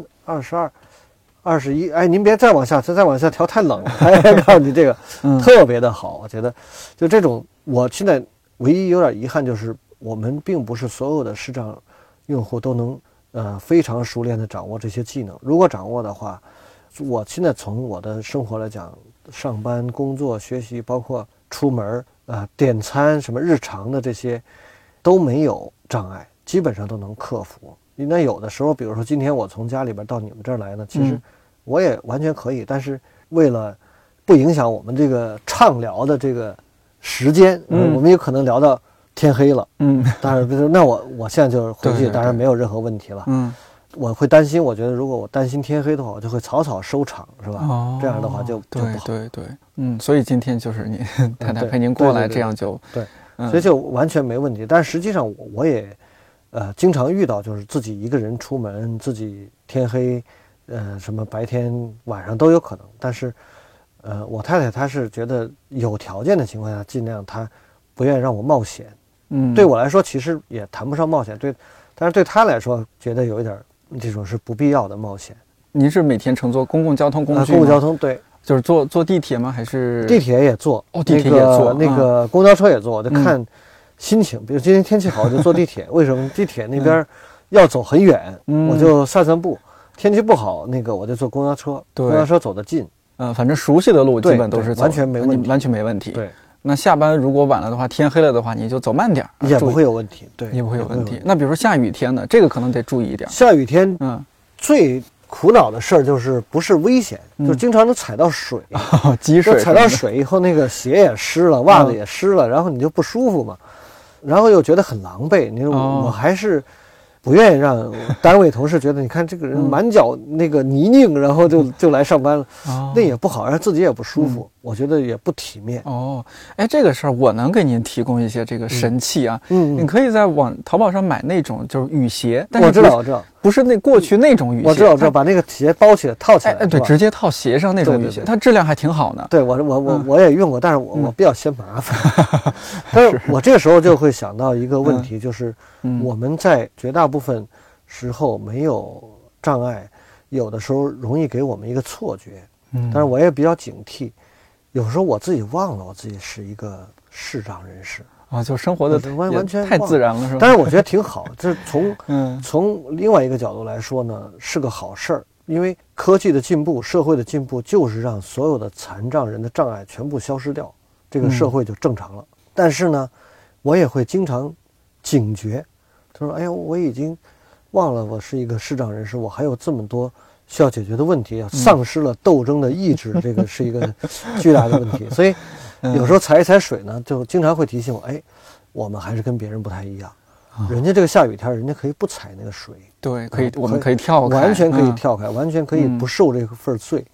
，23、22、21，您别再往下调太冷了，告诉你这个特别的好，我觉得就这种，我现在唯一有点遗憾就是我们并不是所有的视障用户都能非常熟练的掌握这些技能，如果掌握的话，我现在从我的生活来讲，上班、工作、学习，包括出门点餐什么日常的这些都没有障碍，基本上都能克服。那有的时候比如说今天我从家里边到你们这儿来呢，其实我也完全可以，但是为了不影响我们这个畅聊的这个时间，我们有可能聊到天黑了，当然那我现在就回去，当然没有任何问题了，我会担心，我觉得如果我担心天黑的话，我就会草草收场，是吧？这样的话就不好。 对，所以今天就是你太太陪您过来，这样就对，所以就完全没问题。但实际上我也经常遇到，就是自己一个人出门，自己天黑，什么白天晚上都有可能。但是我太太她是觉得有条件的情况下，尽量她不愿意让我冒险。对我来说其实也谈不上冒险，但是对她来说觉得有一点这种是不必要的冒险。 您是每天乘坐公共交通工具吗？ 公共交通，对， 就是坐地铁吗？还是地铁也坐？ 地铁也坐， 那个公交车也坐，我就看心情。比如今天天气好，我就坐地铁。为什么？地铁那边要走很远，我就散步。天气不好，那个我就坐公交车，公交车走得近。 反正熟悉的路基本都是走， 完全没问题， 完全没问题。 对。 那下班如果晚了的话，天黑了的话，你就走慢点， 也不会有问题。对， 也不会有问题。那比如说下雨天呢，这个可能得注意一点。 下雨天，最苦恼的事儿就是不是危险，就经常能踩到水， 积水， 踩到水以后，那个鞋也湿了，袜子也湿了，然后你就不舒服嘛，然后又觉得很狼狈。你说我还是不愿意让单位同事觉得，你看这个人满脚那个泥泞，然后就来上班了，那也不好，让自己也不舒服，我觉得也不体面。 这个事儿我能给您提供一些这个神器啊，你可以在淘宝上买那种就是雨鞋，但是我知道， 不是那过去那种雨鞋， 我知道，把那个鞋包起来套起来， 对，直接套鞋上那种雨鞋，它质量还挺好呢。 对，我也用过，但是我比较嫌麻烦。但是我这个时候就会想到一个问题，就是我们在绝大部分时候没有障碍，有的时候容易给我们一个错觉。但是我也比较警惕，有时候我自己忘了我自己是一个视障人士。 就生活的完全太自然了，是吧？ 但是我觉得挺好，这从另外一个角度来说呢，是个好事儿。因为科技的进步，社会的进步，就是让所有的残障人的障碍全部消失掉，这个社会就正常了。但是呢，我也会经常警觉，他说：“哎呀，我已经忘了我是一个视障人士，我还有这么多需要解决的问题啊，丧失了斗争的意志，这个是一个巨大的问题。”所以有时候踩一踩水呢，就经常会提醒我，我们还是跟别人不太一样。人家这个下雨天，人家可以不踩那个水， 对，可以，我们可以跳开， 完全可以跳开，完全可以不受这个份罪。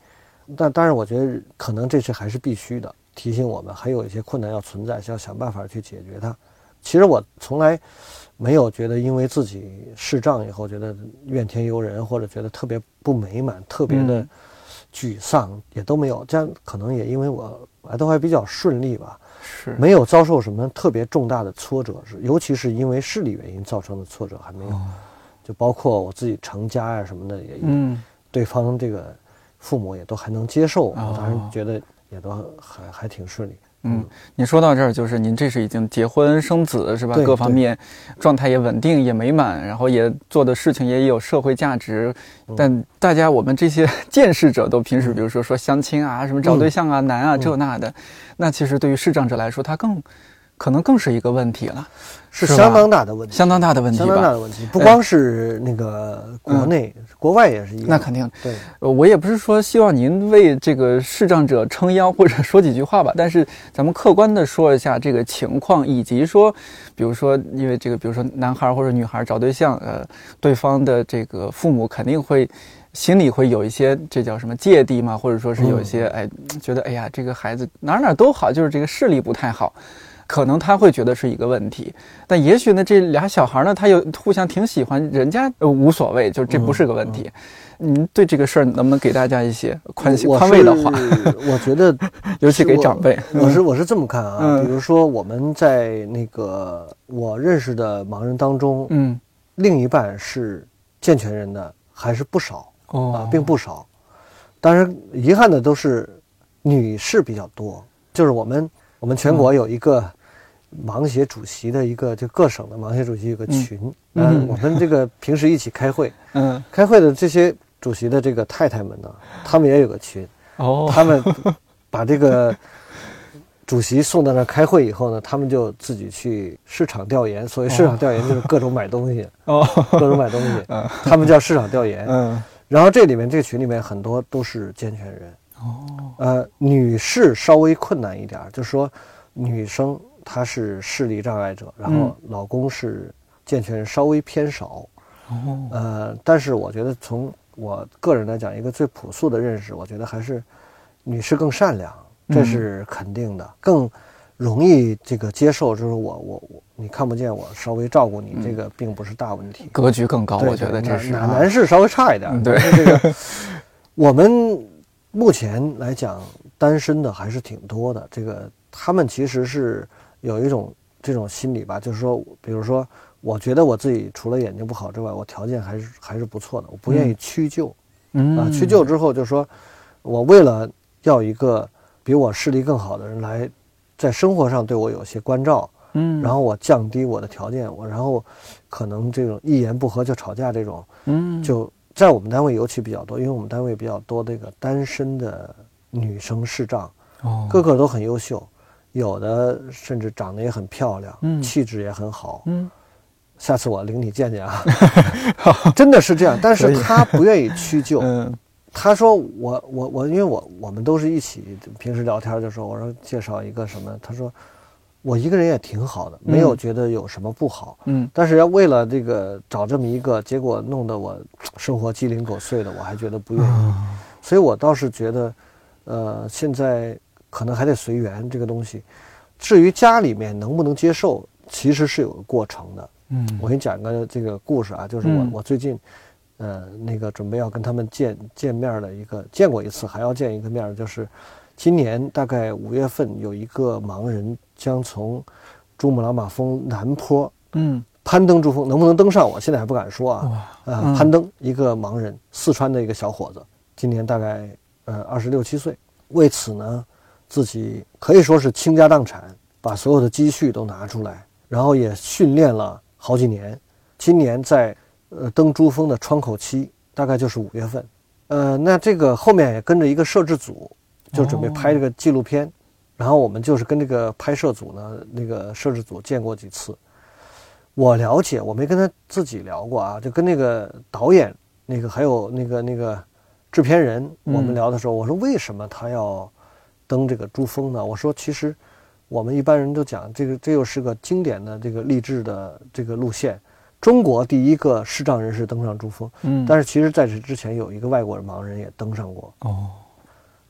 但当然我觉得可能这是还是必须的，提醒我们还有一些困难要存在，要想办法去解决它。其实我从来没有觉得因为自己视障以后觉得怨天尤人，或者觉得特别不美满，特别的沮丧，也都没有。这样可能也因为我都还比较顺利吧， 是没有遭受什么特别重大的挫折，尤其是因为视力原因造成的挫折还没有。就包括我自己成家呀什么的，也对方这个父母也都还能接受，我当然觉得也都还挺顺利。 你说到这儿，就是您这是已经结婚生子是吧？各方面状态也稳定也美满，然后也做的事情也有社会价值。但大家我们这些见识者都平时比如说相亲啊，什么找对象啊，难啊这那的，那其实对于视障者来说，他可能更是一个问题了， 是相当大的问题， 相当大的问题吧， 相当大的问题。不光是那个国内，国外也是一样。 那肯定。 对， 我也不是说希望您为这个视障者撑腰或者说几句话吧，但是咱们客观的说一下这个情况，以及说，比如说因为这个，比如说男孩或者女孩找对象，对方的这个父母肯定会。心里会有一些这叫什么芥蒂嘛，或者说是有一些觉得哎呀这个孩子哪都好，就是这个视力不太好，可能他会觉得是一个问题。但也许呢这俩小孩呢他又互相挺喜欢，人家无所谓，就这不是个问题。您对这个事儿能不能给大家一些宽慰的话？ 我觉得尤其给长辈， 我是这么看啊，比如说我们在那个我认识的盲人当中，另一半是健全人的还是不少。并不少，当然遗憾的都是女士比较多。就是我们全国有一个盲协主席的一个，就各省的盲协主席有个群，我们这个平时一起开会，开会的这些主席的这个太太们呢，他们也有个群，他们把这个主席送到那开会以后呢，他们就自己去市场调研。所谓市场调研就是各种买东西，各种买东西，他们叫市场调研。然后这个群里面很多都是健全人，女士稍微困难一点，就是说女生她是视力障碍者，然后老公是健全人，稍微偏少。但是我觉得从我个人来讲，一个最朴素的认识，我觉得还是女士更善良，这是肯定的，更容易这个接受，就是你看不见我，稍微照顾你，这个并不是大问题， 格局更高，我觉得这是男士稍微差一点。 对， 这个我们目前来讲，单身的还是挺多的。这个他们其实是有一种这种心理吧，就是说，比如说，我觉得我自己除了眼睛不好之外，我条件还是不错的，我不愿意屈就。屈就之后就说，我为了要一个比我视力更好的人来在生活上对我有些关照，然后我降低我的条件，然后可能这种一言不合就吵架这种，就在我们单位尤其比较多，因为我们单位比较多这个单身的女生视障，个个都很优秀，有的甚至长得也很漂亮，气质也很好，下次我领你见见啊，真的是这样。但是他不愿意屈就，他说我因为我们都是一起平时聊天，就说我说介绍一个什么，他说我一个人也挺好的，没有觉得有什么不好，但是要为了这个找这么一个，结果弄得我生活鸡零狗碎的，我还觉得不愿意，所以我倒是觉得，现在可能还得随缘这个东西。至于家里面能不能接受，其实是有个过程的。我给你讲个这个故事啊，就是我最近，那个准备要跟他们见面的一个，见过一次，还要见一个面，就是今年大概5月份有一个盲人将从珠穆朗玛峰南坡，攀登珠峰，能不能登上我现在还不敢说啊，攀登一个盲人，四川的一个小伙子，今年大概26、27岁，为此呢，自己可以说是倾家荡产，把所有的积蓄都拿出来，然后也训练了好几年，今年在登珠峰的窗口期大概就是5月份，那这个后面也跟着一个摄制组，就准备拍这个纪录片，然后我们就是跟这个拍摄组呢，那个摄制组见过几次。我了解，我没跟他自己聊过啊，就跟那个导演，那个还有那个制片人，我们聊的时候，我说为什么他要登这个珠峰呢？我说其实我们一般人都讲这又是个经典的这个励志的这个路线，中国第一个视障人士登上珠峰，但是其实在这之前有一个外国人盲人也登上过。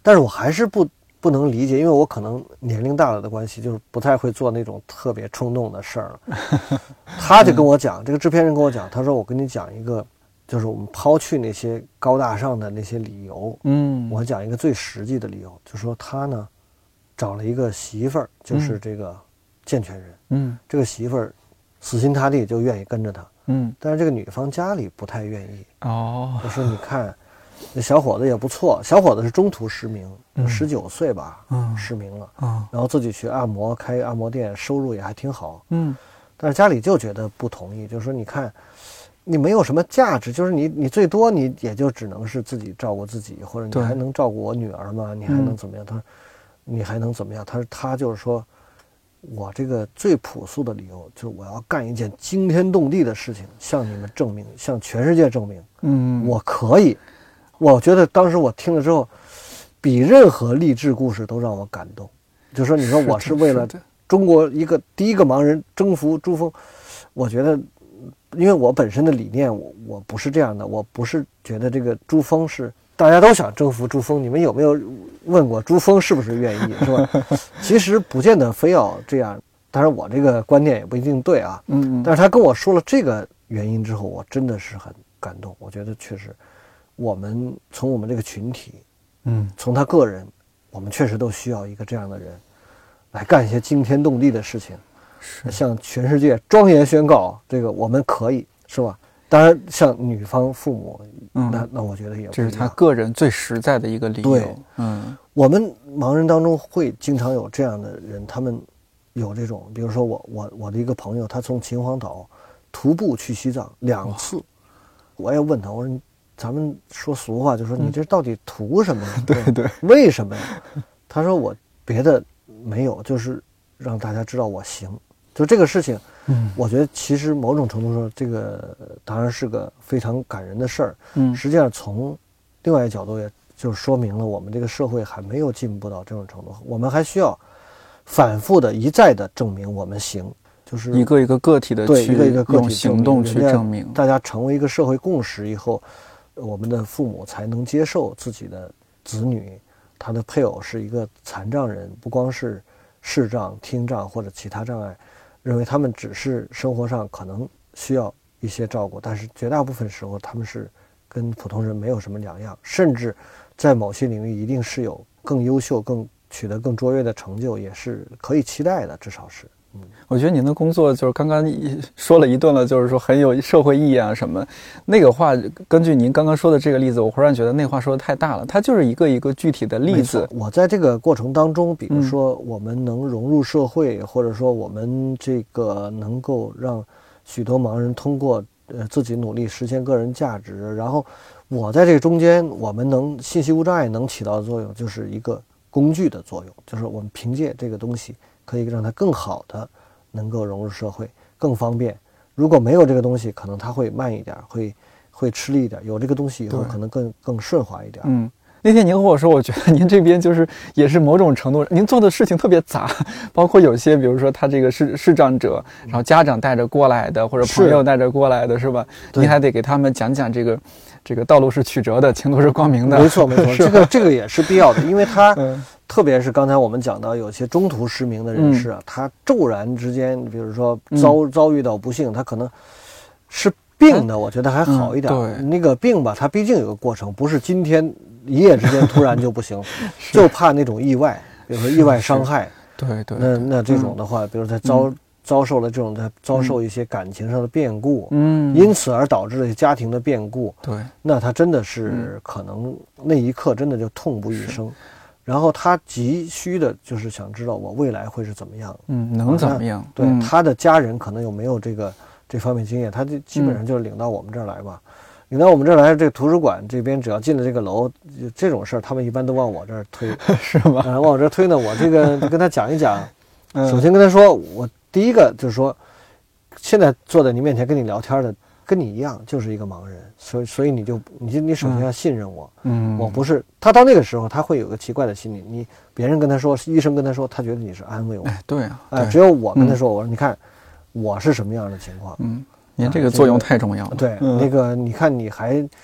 但是我还是不能理解，因为我可能年龄大了的关系，就是不太会做那种特别冲动的事儿了。他就跟我讲，这个制片人跟我讲，他说我跟你讲一个，就是我们抛去那些高大上的那些理由，我讲一个最实际的理由，就说他呢找了一个媳妇儿，就是这个健全人，这个媳妇儿死心塌地就愿意跟着他，但是这个女方家里不太愿意，就说你看。那小伙子也不错，小伙子是中途失明，19岁吧，失明了，然后自己学按摩，开按摩店，收入也还挺好，但是家里就觉得不同意，就是说你看，你没有什么价值，就是你最多你也就只能是自己照顾自己，或者你还能照顾我女儿吗？你还能怎么样？他说你还能怎么样？他就是说，我这个最朴素的理由就是我要干一件惊天动地的事情，向你们证明，向全世界证明，我可以。我觉得当时我听了之后，比任何励志故事都让我感动。就说你说我是为了中国第一个盲人征服珠峰，我觉得，因为我本身的理念，我不是这样的，我不是觉得这个珠峰是大家都想征服珠峰。你们有没有问过珠峰是不是愿意，是吧？其实不见得非要这样，当然我这个观念也不一定对啊。但是他跟我说了这个原因之后，我真的是很感动。我觉得确实。我们从我们这个群体，从他个人，我们确实都需要一个这样的人，来干一些惊天动地的事情，向全世界庄严宣告这个我们可以，是吧？当然，像女方父母，那我觉得也不这是他个人最实在的一个理由。 对，我们盲人当中会经常有这样的人，他们有这种，比如说我的一个朋友，他从秦皇岛徒步去西藏2次，我也问他，我说。咱们说俗话，就说你这到底图什么？ 对， 为什么呀？他说我别的没有，就是让大家知道我行。就这个事情，我觉得其实某种程度上，这个当然是个非常感人的事儿。实际上从另外一个角度，也就是说明了我们这个社会还没有进步到这种程度，我们还需要反复的一再的证明我们行。就是一个一个个体的去一个一个个体用行动去证明， 大家成为一个社会共识以后。我们的父母才能接受自己的子女，他的配偶是一个残障人，不光是视障、听障或者其他障碍，认为他们只是生活上可能需要一些照顾，但是绝大部分时候他们是跟普通人没有什么两样，甚至在某些领域一定是有更优秀、取得更卓越的成就，也是可以期待的，至少是。 我觉得您的工作就是刚刚说了一顿了，就是说很有社会意义啊什么。那个话，根据您刚刚说的这个例子，我忽然觉得那话说的太大了，它就是一个一个具体的例子。 我在这个过程当中，比如说我们能融入社会，或者说我们这个能够让许多盲人通过自己努力实现个人价值，然后我在这个中间，我们能信息无障碍能起到的作用，就是一个工具的作用，就是我们凭借这个东西。可以让它更好的能够融入社会，更方便。如果没有这个东西，可能它会慢一点，会吃力一点。有这个东西以后，可能更顺滑一点。 那天您和我说，我觉得您这边就是也是某种程度，您做的事情特别杂，包括有些，比如说他这个视障者，然后家长带着过来的，或者朋友带着过来的，是吧？您还得给他们讲讲这个道路是曲折的，前途是光明的。 没错，这个也是必要的，因为他。特别是刚才我们讲到有些中途失明的人士啊，他骤然之间，比如说遭遇到不幸，他可能是病的，我觉得还好一点。 对， 那个病吧，它毕竟有个过程，不是今天一夜之间突然就不行，就怕那种意外，比如说意外伤害。 对， 那这种的话，比如在遭受了这种遭受一些感情上的变故，因此而导致的家庭的变故， 对， 那他真的是可能那一刻真的就痛不欲生。然后他急需的就是想知道我未来会是怎么样， 能怎么样？ 对，他的家人可能有没有这方面经验，他就基本上就是领到我们这儿来吧。领到我们这儿来，这个图书馆这边只要进了这个楼，这种事儿他们一般都往我这儿推， 是吗？ 往我这儿推呢，我这个跟他讲一讲。首先跟他说，我第一个就是说，现在坐在你面前跟你聊天的。跟你一样就是一个盲人，所以你首先要信任我，我不是他到那个时候他会有个奇怪的心理，别人跟他说，医生跟他说，他觉得你是安慰我， 对啊， 只有我跟他说，我说你看我是什么样的情况， 您这个作用太重要了， 对，那个你看你还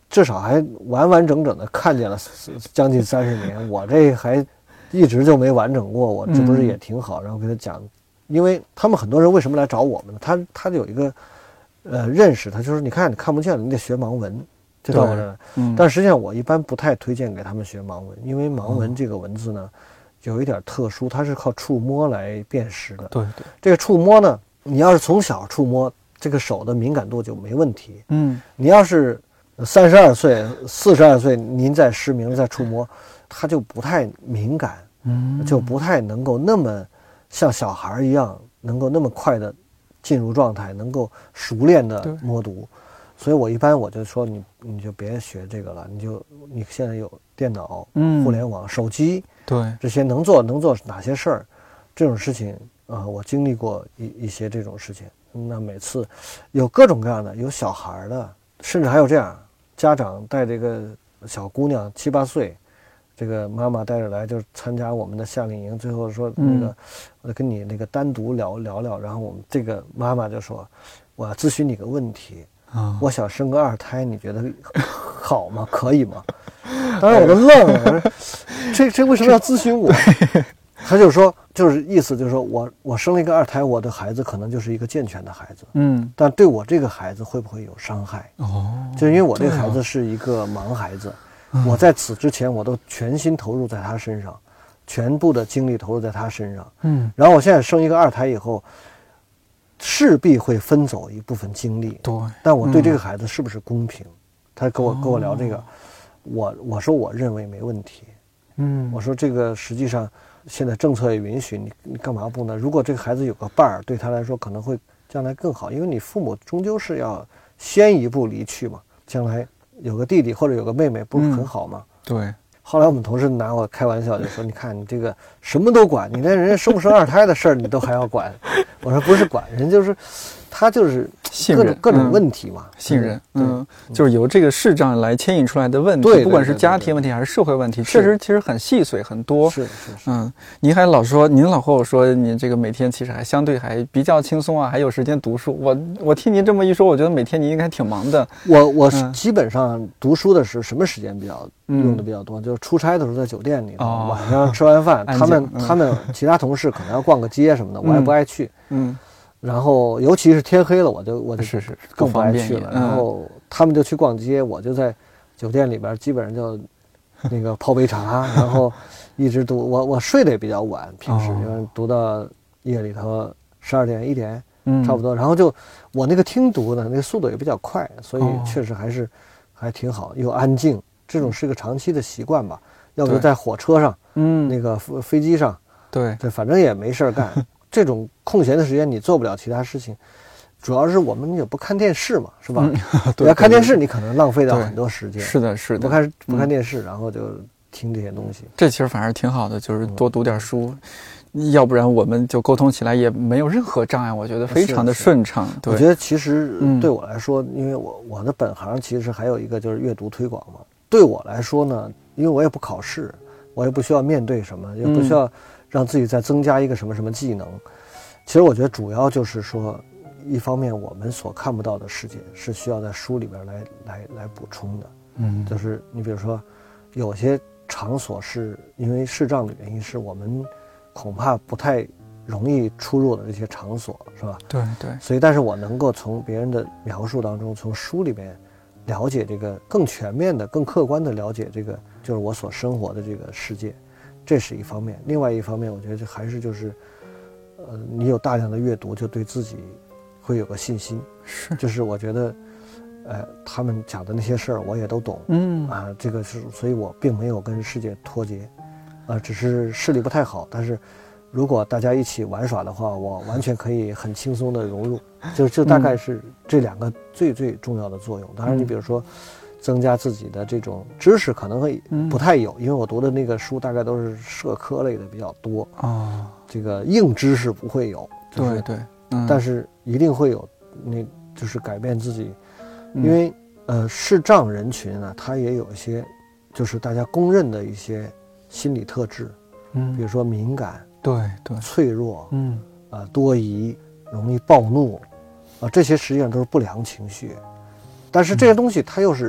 至少还完完整整的看见了将近30年，我这还一直就没完整过，我这不是也挺好？然后给他讲，因为他们很多人为什么来找我们呢？他有一个认识，他就是你看不见了，你得学盲文，就到我这儿。但实际上我一般不太推荐给他们学盲文，因为盲文这个文字呢有一点特殊，它是靠触摸来辨识的。对，这个触摸呢，你要是从小触摸，这个手的敏感度就没问题。你要是32岁、42岁，您再失明再触摸，它就不太敏感，就不太能够那么像小孩一样，能够那么快的进入状态，能够熟练的摸读。所以我一般我就说你就别学这个了，你现在有电脑、互联网、手机，对这些能做哪些事儿，这种事情我经历过一些这种事情。那每次有各种各样的，有小孩的，甚至还有这样家长带这个小姑娘7、8岁，这个妈妈带着来就参加我们的夏令营，最后说那个我跟你那个单独聊聊，然后我们这个妈妈就说我要咨询你个问题。我想生个2胎，你觉得好吗？可以吗？当时我都愣了，这为什么要咨询我？他就说，就是意思就是说我生了一个2胎，我的孩子可能就是一个健全的孩子，但对我这个孩子会不会有伤害？就是因为我这个孩子是一个盲孩子，我在此之前我都全心投入在他身上，全部的精力投入在他身上，然后我现在生一个2胎以后。势必会分走一部分精力，对，但我对这个孩子是不是公平？他跟我聊这个，我说我认为没问题，我说这个实际上现在政策也允许你干嘛不呢？如果这个孩子有个伴儿，对他来说可能会将来更好，因为你父母终究是要先一步离去嘛，将来有个弟弟或者有个妹妹不是很好吗？对。后来我们同事拿我开玩笑，就说：“你看你这个什么都管，你连人家生不生2胎的事儿你都还要管。”我说：“不是管，人就是他就是各种问题嘛， 信任，就是由这个视障来牵引出来的问题，不管是家庭问题还是社会问题，确实其实很细碎很多。是，您还老说，您老和我说，您这个每天其实还相对还比较轻松啊，还有时间读书。我听您这么一说，我觉得每天您应该挺忙的。 我基本上读书的时候，什么时间用的比较多？就是出差的时候在酒店里头，晚上吃完饭，他们其他同事可能要逛个街什么的，我也不爱去。然后尤其是天黑了，我就更不爱去了。然后他们就去逛街，我就在酒店里边，基本上就那个泡杯茶，然后一直读。我睡得也比较晚，平时因为读到夜里头12点1点，差不多。然后就我那个听读呢，那个速度也比较快，所以确实还挺好，又安静。这种是个长期的习惯吧。要不在火车上，那个飞机上，对，反正也没事干。这种空闲的时间你做不了其他事情，主要是我们也不看电视嘛，是吧？你要看电视，你可能浪费掉很多时间。是的，不看电视，然后就听这些东西。 这其实反而挺好的，就是多读点书，要不然我们就沟通起来也没有任何障碍，我觉得非常的顺畅。 我觉得其实对我来说，因为我的本行其实还有一个就是阅读推广嘛。对我来说呢，因为我也不考试，我也不需要面对什么，也不需要让自己再增加一个什么技能。其实我觉得主要就是说，一方面我们所看不到的世界是需要在书里边来补充的。就是你比如说，有些场所是因为视障的原因，是我们恐怕不太容易出入的这些场所，是吧？对。所以，但是我能够从别人的描述当中，从书里面了解这个更全面的、更客观的了解这个，就是我所生活的这个世界，这是一方面。另外一方面，我觉得还是就是，你有大量的阅读，就对自己会有个信心。是，就是我觉得，他们讲的那些事儿我也都懂。这个是，所以我并没有跟世界脱节，只是视力不太好，但是如果大家一起玩耍的话，我完全可以很轻松的融入。就大概是这2个最重要的作用。当然，你比如说，增加自己的这种知识可能会不太有，因为我读的那个书大概都是社科类的比较多这个硬知识不会有，对，但是一定会有，就是改变自己，因为视障人群呢，他也有一些就是大家公认的一些心理特质，比如说敏感，对，脆弱，多疑，容易暴怒，这些实际上都是不良情绪。但是这些东西它又是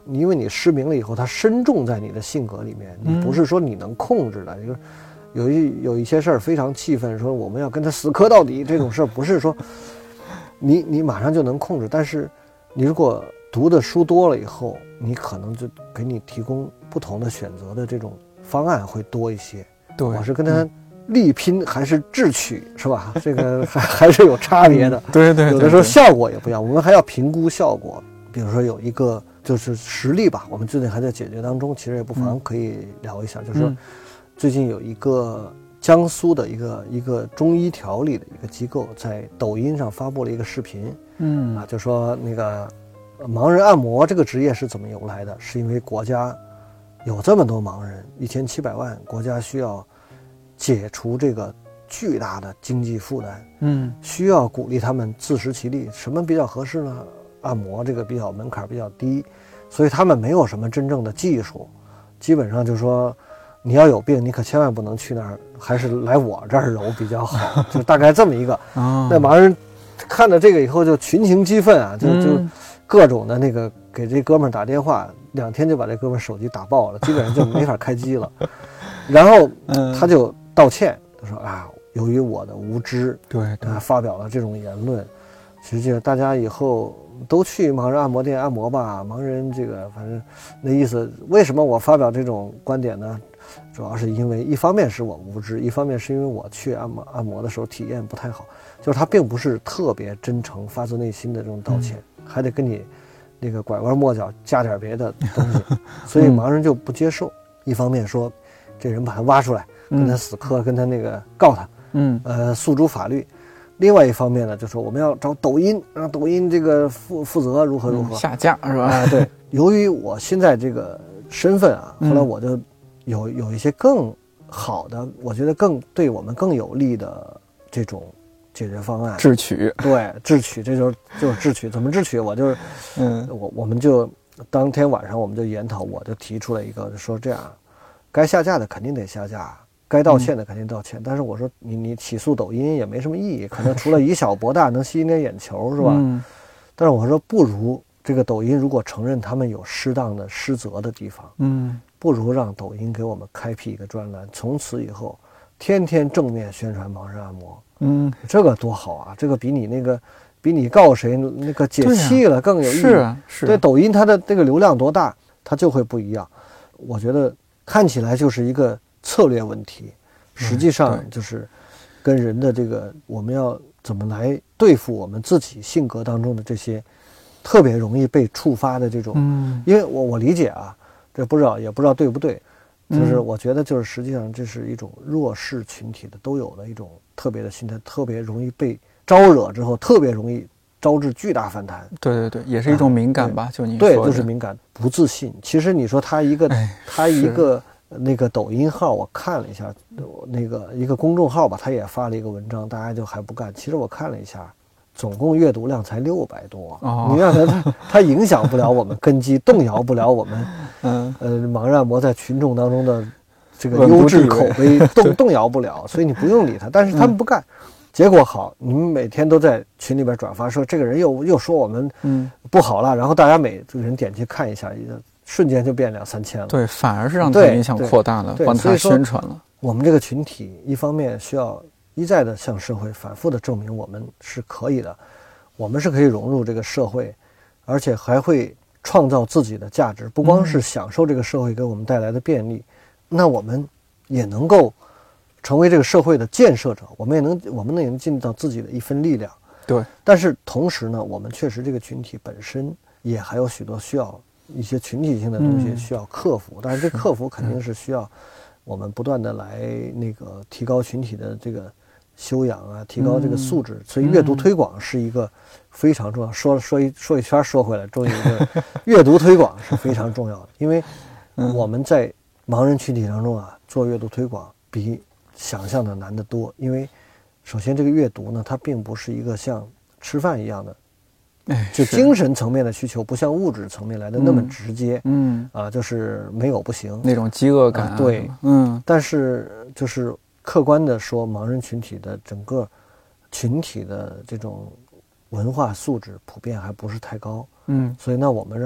因为你失明了以后，它深种在你的性格里面，你不是说你能控制的。有一些事儿非常气愤，说我们要跟他死磕到底，这种事儿不是说你马上就能控制，但是你如果读的书多了以后，你可能就给你提供不同的选择的这种方案会多一些。 对， 我是跟他力拼还是智取，是吧？这个还是有差别的。 对， 有的时候效果也不一样，我们还要评估效果。比如说有一个就是实例吧，我们最近还在解决当中，其实也不妨可以聊一下。就是说最近有一个江苏的一个中医调理的一个机构，在抖音上发布了一个视频，就说那个盲人按摩这个职业是怎么由来的？是因为国家有这么多盲人，1700万，国家需要解除这个巨大的经济负担，需要鼓励他们自食其力。什么比较合适呢？按摩这个比较门槛比较低，所以他们没有什么真正的技术，基本上就是说你要有病，你可千万不能去那儿，还是来我这儿揉比较好，就大概这么一个。那盲人看到这个以后就群情激愤啊，就各种的那个给这哥们儿打电话，2天就把这哥们儿手机打爆了，基本上就没法开机了。然后他就道歉，他说啊，由于我的无知，对，发表了这种言论。实际上大家以后都去盲人按摩店按摩吧，盲人这个反正那意思。为什么我发表这种观点呢？主要是因为一方面是我无知，一方面是因为我去按摩的时候体验不太好，就是他并不是特别真诚发自内心的这种道歉，还得跟你那个拐弯抹角加点别的东西，所以盲人就不接受。一方面说这人把他挖出来跟他死磕，跟他那个告他，诉诸法律。另外一方面呢，就说我们要找抖音，让抖音这个负责如何下架是吧？ 对，由于我现在这个身份啊，后来我就有一些更好的，我觉得更对我们更有利的这种解决方案。 智取， 对，智取，这就是智取。怎么智取？我就是，我们就当天晚上我们就研讨，我就提出了一个，说这样，该下架的肯定得下架。该道歉的肯定道歉，但是我说你起诉抖音也没什么意义，可能除了以小博大能吸引点眼球是吧？但是我说不如这个抖音如果承认他们有适当的失责的地方，不如让抖音给我们开辟一个专栏，从此以后天天正面宣传盲人按摩，这个多好啊！这个比你告谁那个解气了更有意义。 是对，抖音它的这个流量多大，它就会不一样。我觉得看起来就是一个策略问题，实际上就是跟人的这个我们要怎么来对付我们自己性格当中的这些特别容易被触发的这种，因为我理解啊，这也不知道对不对，就是我觉得就是实际上这是一种弱势群体的都有的一种特别的心态，特别容易被招惹之后，特别容易招致巨大反弹。 对，也是一种敏感吧，就你说的。 对，就是敏感，不自信。其实你说他一个那个抖音号，我看了一下，那个一个公众号吧，他也发了一个文章，大家就还不干。其实我看了一下，总共阅读量才600多。你让他影响不了我们根基，动摇不了我们，盲人按摩在群众当中的这个优质口碑，动摇不了。所以你不用理他，但是他们不干。结果好，你们每天都在群里边转发说这个人又说我们不好了，然后大家每个人点击看一下，瞬间就变2-3千了。 对，反而是让他影响扩大了，帮他宣传了。 我们这个群体一方面需要一再的向社会反复的证明我们是可以的，我们是可以融入这个社会，而且还会创造自己的价值，不光是享受这个社会给我们带来的便利，那我们也能够成为这个社会的建设者，我们也能尽到自己的一份力量。 对， 但是同时呢，我们确实这个群体本身也还有许多需要一些群体性的东西需要克服，但是这克服肯定是需要我们不断的来那个提高群体的这个修养啊，提高这个素质。所以阅读推广是一个非常重要。说一圈说回来，终于阅读推广是非常重要的，因为我们在盲人群体当中啊，做阅读推广比想象的难得多。因为首先这个阅读呢，它并不是一个像吃饭一样的。就精神层面的需求不像物质层面来的那么直接，就是没有不行那种饥饿感， 对，但是就是客观的说，盲人群体的整个群体的这种文化素质普遍还不是太高，所以那我们让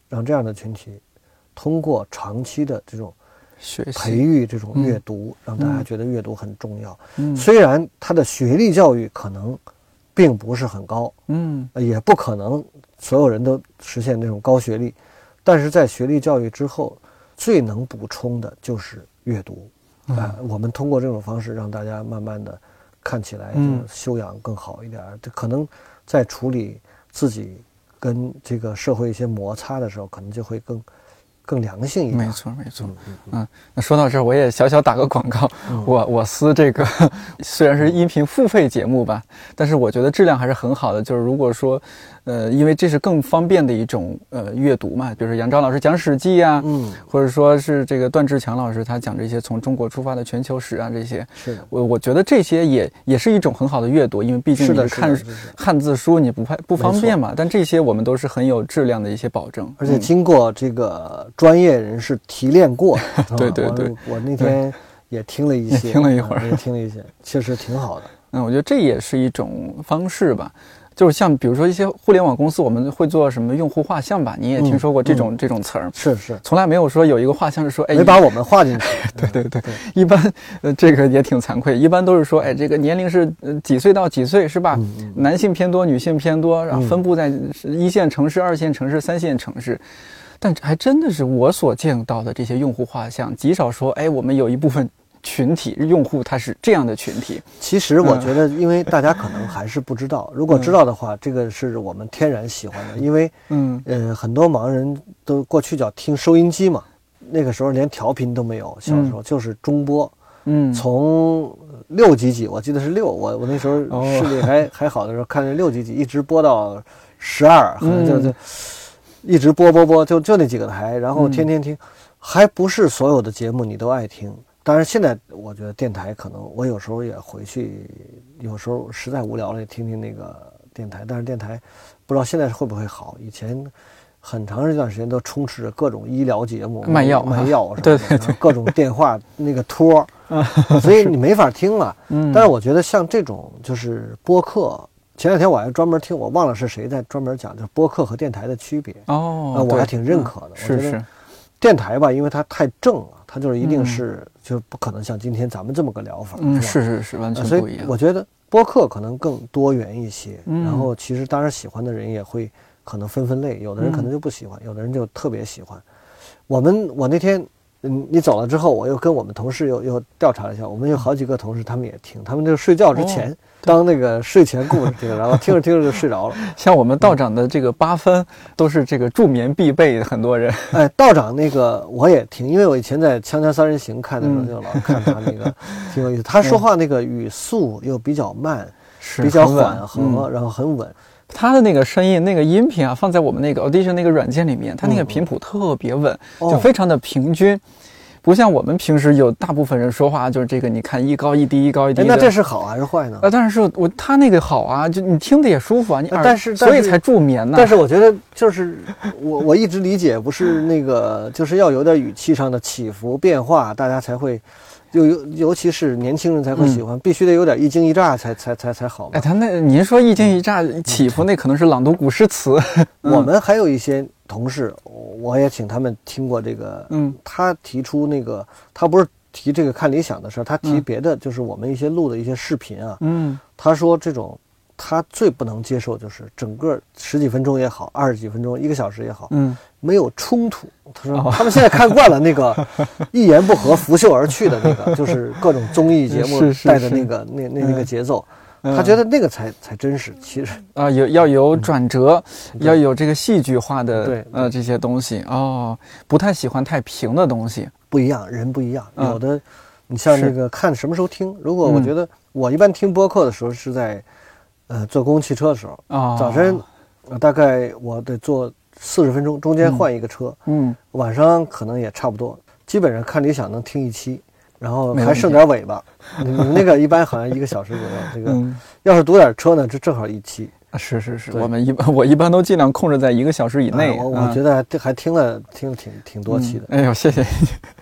让这样的群体通过长期的这种学习培育这种阅读，让大家觉得阅读很重要。虽然他的学历教育可能并不是很高，也不可能所有人都实现那种高学历，但是在学历教育之后，最能补充的就是阅读。我们通过这种方式让大家慢慢的看起来就修养更好一点，可能在处理自己跟这个社会一些摩擦的时候，可能就会更良性一点。 没错没错。那说到这儿，我也小小打个广告。我司这个虽然是音频付费节目吧，但是我觉得质量还是很好的。就是如果说因为这是更方便的一种阅读嘛，比如说杨钊老师讲《史记》啊，或者说是这个段志强老师他讲这些从中国出发的全球史啊，这些是的， 我觉得这些也是一种很好的阅读，因为毕竟你看汉字书你不方便嘛。但这些我们都是很有质量的一些保证， 而且经过这个专业人士提炼过。 对对对， 我那天也听了一些， 听了一会儿， 也听了一些，确实挺好的。 我觉得这也是一种方式吧。就是像比如说一些互联网公司，我们会做什么用户画像吧？你也听说过这种词儿？ 是， 从来没有说有一个画像是说， 没把我们画进去。 对，一般这个也挺惭愧，一般都是说，这个年龄是几岁到几岁是吧？男性偏多，女性偏多，然后分布在1线城市、2线城市、3线城市。但还真的是我所见到的这些用户画像，极少说，我们有一部分群体用户他是这样的群体。 其实我觉得因为大家可能还是不知道，如果知道的话，这个是我们天然喜欢的。因为很多盲人都过去叫听收音机嘛，那个时候连调频都没有，小时候就是中波，从6几几，我记得是6，我那时候视力还好的时候看着6几几一直播到12，好像就一直播就那几个台，然后天天听，还不是所有的节目你都爱听。当然现在我觉得电台可能我有时候也回去，有时候实在无聊了也听听那个电台，但是电台不知道现在会不会好。以前很长一段时间都充斥着各种医疗节目，卖药什么的，对，各种电话那个托，所以你没法听了。但是我觉得像这种就是播客，前两天我还专门听，我忘了是谁在专门讲就是播客和电台的区别。我还挺认可的。 是电台吧，因为它太正了，它就是一定是就不可能像今天咱们这么个聊法。 是完全不一样。 所以我觉得播客可能更多元一些，然后其实当然喜欢的人也会可能分类，有的人可能就不喜欢，有的人就特别喜欢。我那天你走了之后，我又跟我们同事又调查了一下，我们有好几个同事他们也听，他们就睡觉之前当那个睡前故事听，然后听着听着就睡着了。 像我们道长的这个8分都是这个助眠必备，很多人。 道长那个我也听，因为我以前在《锵锵三人行》看的时候就老看他那个，挺有意思。他说话那个语速又比较慢，比较缓和，然后很稳。 他的那个声音那个音频啊，放在我们那个 Audition 那个软件里面，他那个频谱特别稳，就非常的平均。不像我们平时有大部分人说话就是这个，你看一高一低，一高一低的。 那这是好还是坏呢？ 当然是他那个好啊，就你听的也舒服啊。 但是所以才助眠呢。 但是我觉得就是我一直理解不是那个，就是要有点语气上的起伏变化，大家才会。尤其是年轻人才会喜欢，必须得有点一惊一乍才好。 他您说一惊一乍起伏，那可能是朗读古诗词。 我们还有一些同事，我也请他们听过这个。他提出那个，他不是提这个看理想的事，他提别的，就是我们一些录的一些视频啊。他说这种他最不能接受就是整个10几分钟也好，20几分钟，1个小时也好，没有冲突。他说他们现在看惯了那个一言不合拂袖而去的那个，就是各种综艺节目带着那个节奏。他觉得那个才真实。其实要有转折，要有这个戏剧化的这些东西。不太喜欢太平的东西。 不一样，人不一样。有的你像那个看什么时候听。如果我觉得我一般听播客的时候是在坐公共汽车的时候，早晨大概我得坐40分钟，中间换一个车。晚上可能也差不多，基本上看理想能听1期，然后还剩点尾巴。你们那个一般好像1个小时左右，这个要是堵点车呢，这正好1期。 是，我一般都尽量控制在1个小时以内。 我觉得还听了挺多期的。 哎呦，谢谢。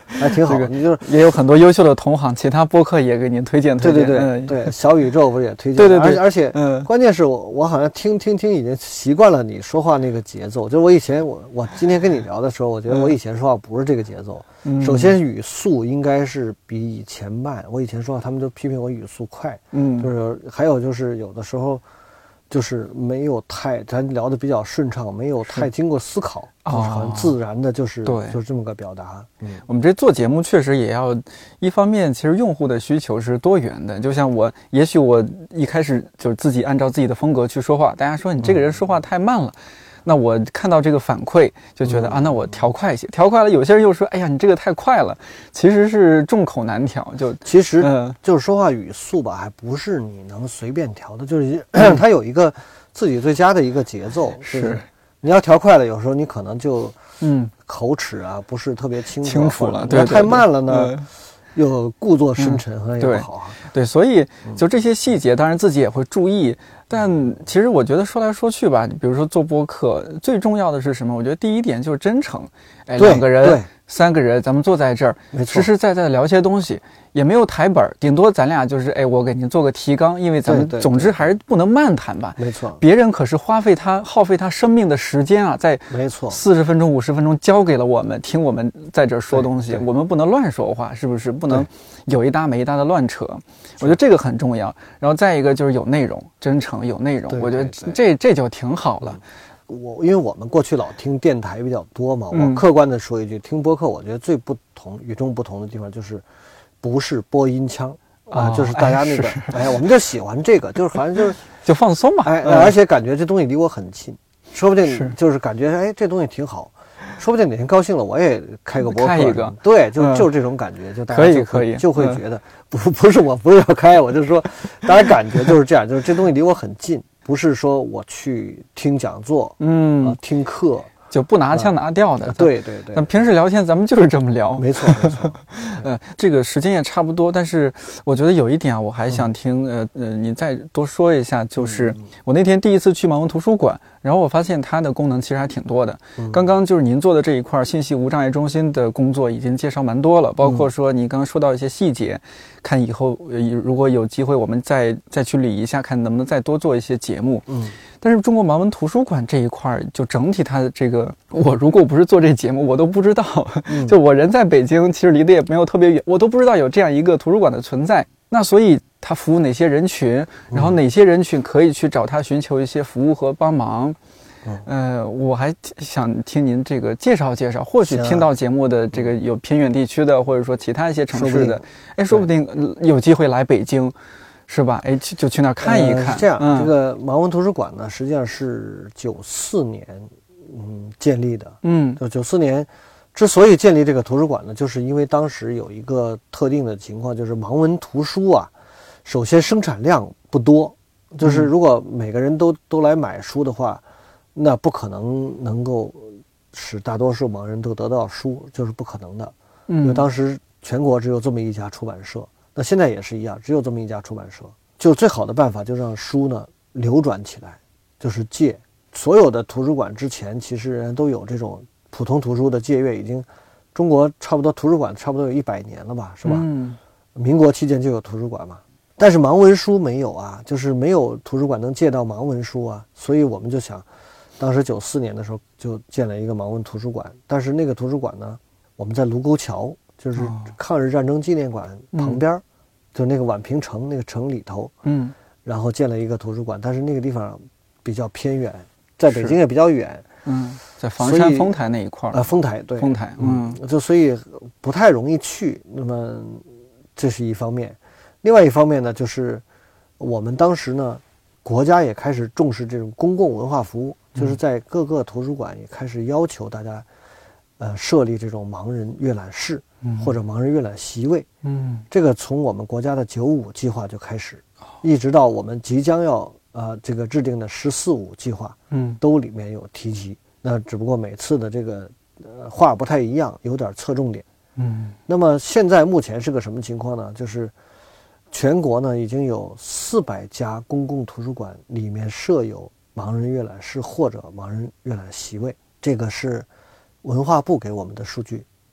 还挺好。你就是也有很多优秀的同行，其他播客也给您推荐。 对，小宇宙不是也推荐？ 对， 而且关键是我好像听已经习惯了你说话那个节奏。就我以前我今天跟你聊的时候，我觉得我以前说话不是这个节奏。首先语速应该是比以前慢，我以前说话他们就批评我语速快。就是还有就是有的时候。就是没有太，咱聊的比较顺畅，没有太经过思考，就是很自然的，就是这么个表达。 我们这做节目确实也要，一方面其实用户的需求是多元的，就像也许我一开始就是自己按照自己的风格去说话，大家说你这个人说话太慢了。那我看到这个反馈就觉得那我调快一些，调快了，有些人又说，哎呀，你这个太快了，其实是众口难调。 其实就是说话语速吧，还不是你能随便调的，就是它有一个自己最佳的一个节奏。是，你要调快了，有时候你可能就口齿啊不是特别清楚了，对，太慢了呢。又故作深沉，好像也不好。 对，所以就这些细节，当然自己也会注意。但其实我觉得说来说去吧，比如说做播客，最重要的是什么？我觉得第一点就是真诚。2个人、3个人，咱们坐在这儿，实实在在的聊些东西，也没有台本，顶多咱俩就是我给您做个提纲，因为咱们总之还是不能漫谈吧。 没错， 别人可是耗费他生命的时间啊，在没错 40分钟、50分钟交给了我们，听我们在这儿说东西，我们不能乱说话，是不是？不能有一搭没一搭的乱扯。我觉得这个很重要。然后再一个就是有内容，真诚有内容，我觉得这就挺好了。 因为我们过去老听电台比较多嘛，我客观的说一句，听播客我觉得最与众不同的地方就是不是播音腔就是大家那个我们就喜欢这个，就是好像就放松嘛， 而且感觉这东西离我很近，说不定就是感觉这东西挺好，说不定哪天高兴了我也开个播客， 开一个， 对，就是这种感觉，就大家可以就会觉得不是要开，我就是说大家感觉就是这样，就是这东西离我很近。不是说我去听讲座，听课就不拿腔拿调的。 对。 咱平时聊天咱们就是这么聊。 没错。 这个时间也差不多，但是我觉得有一点我还想听，你再多说一下，就是我那天第一次去盲文图书馆，然后我发现它的功能其实还挺多的。刚刚就是您做的这一块信息无障碍中心的工作已经介绍蛮多了，包括说你刚刚说到一些细节，看以后如果有机会我们再去理一下，看能不能再多做一些节目。但是中国盲文图书馆这一块就整体它的这个，我如果不是做这节目我都不知道，就我人在北京其实离得也没有特别远，我都不知道有这样一个图书馆的存在。那所以它服务哪些人群，然后哪些人群可以去找它寻求一些服务和帮忙。我还想听您这个介绍介绍，或许听到节目的这个有偏远地区的，或者说其他一些城市的，说不定有机会来北京，是吧？就去那儿看一看。 这样，这个盲文图书馆呢，实际上是94年建立的。就94年之所以建立这个图书馆呢，就是因为当时有一个特定的情况，就是盲文图书啊，首先生产量不多，就是如果每个人都来买书的话，那不可能够使大多数盲人都得到书，就是不可能的。因为当时全国只有这么一家出版社，那现在也是一样，只有这么一家出版社。就最好的办法就让书呢流转起来，就是借。所有的图书馆之前其实人都有这种普通图书的借阅，已经中国差不多图书馆差不多有100年了吧，是吧？民国期间就有图书馆嘛。但是盲文书没有啊，就是没有图书馆能借到盲文书啊，所以我们就想，当时94年的时候就建了一个盲文图书馆。但是那个图书馆呢，我们在卢沟桥，就是抗日战争纪念馆旁边，就那个宛平城那个城里头，然后建了一个图书馆。但是那个地方比较偏远，在北京也比较远， 在房山丰台那一块丰台，对， 丰台， 就所以不太容易去。那么这是一方面。另外一方面呢，就是我们当时呢，国家也开始重视这种公共文化服务，就是在各个图书馆也开始要求大家，设立这种盲人阅览室或者盲人阅览席位。这个从我们国家的95计划就开始，一直到我们即将要这个制定的14-5计划，都里面有提及。那只不过每次的这个话不太一样，有点侧重点。那么现在目前是个什么情况呢？就是全国呢已经有400家公共图书馆里面设有盲人阅览室或者盲人阅览席位，这个是文化部给我们的数据。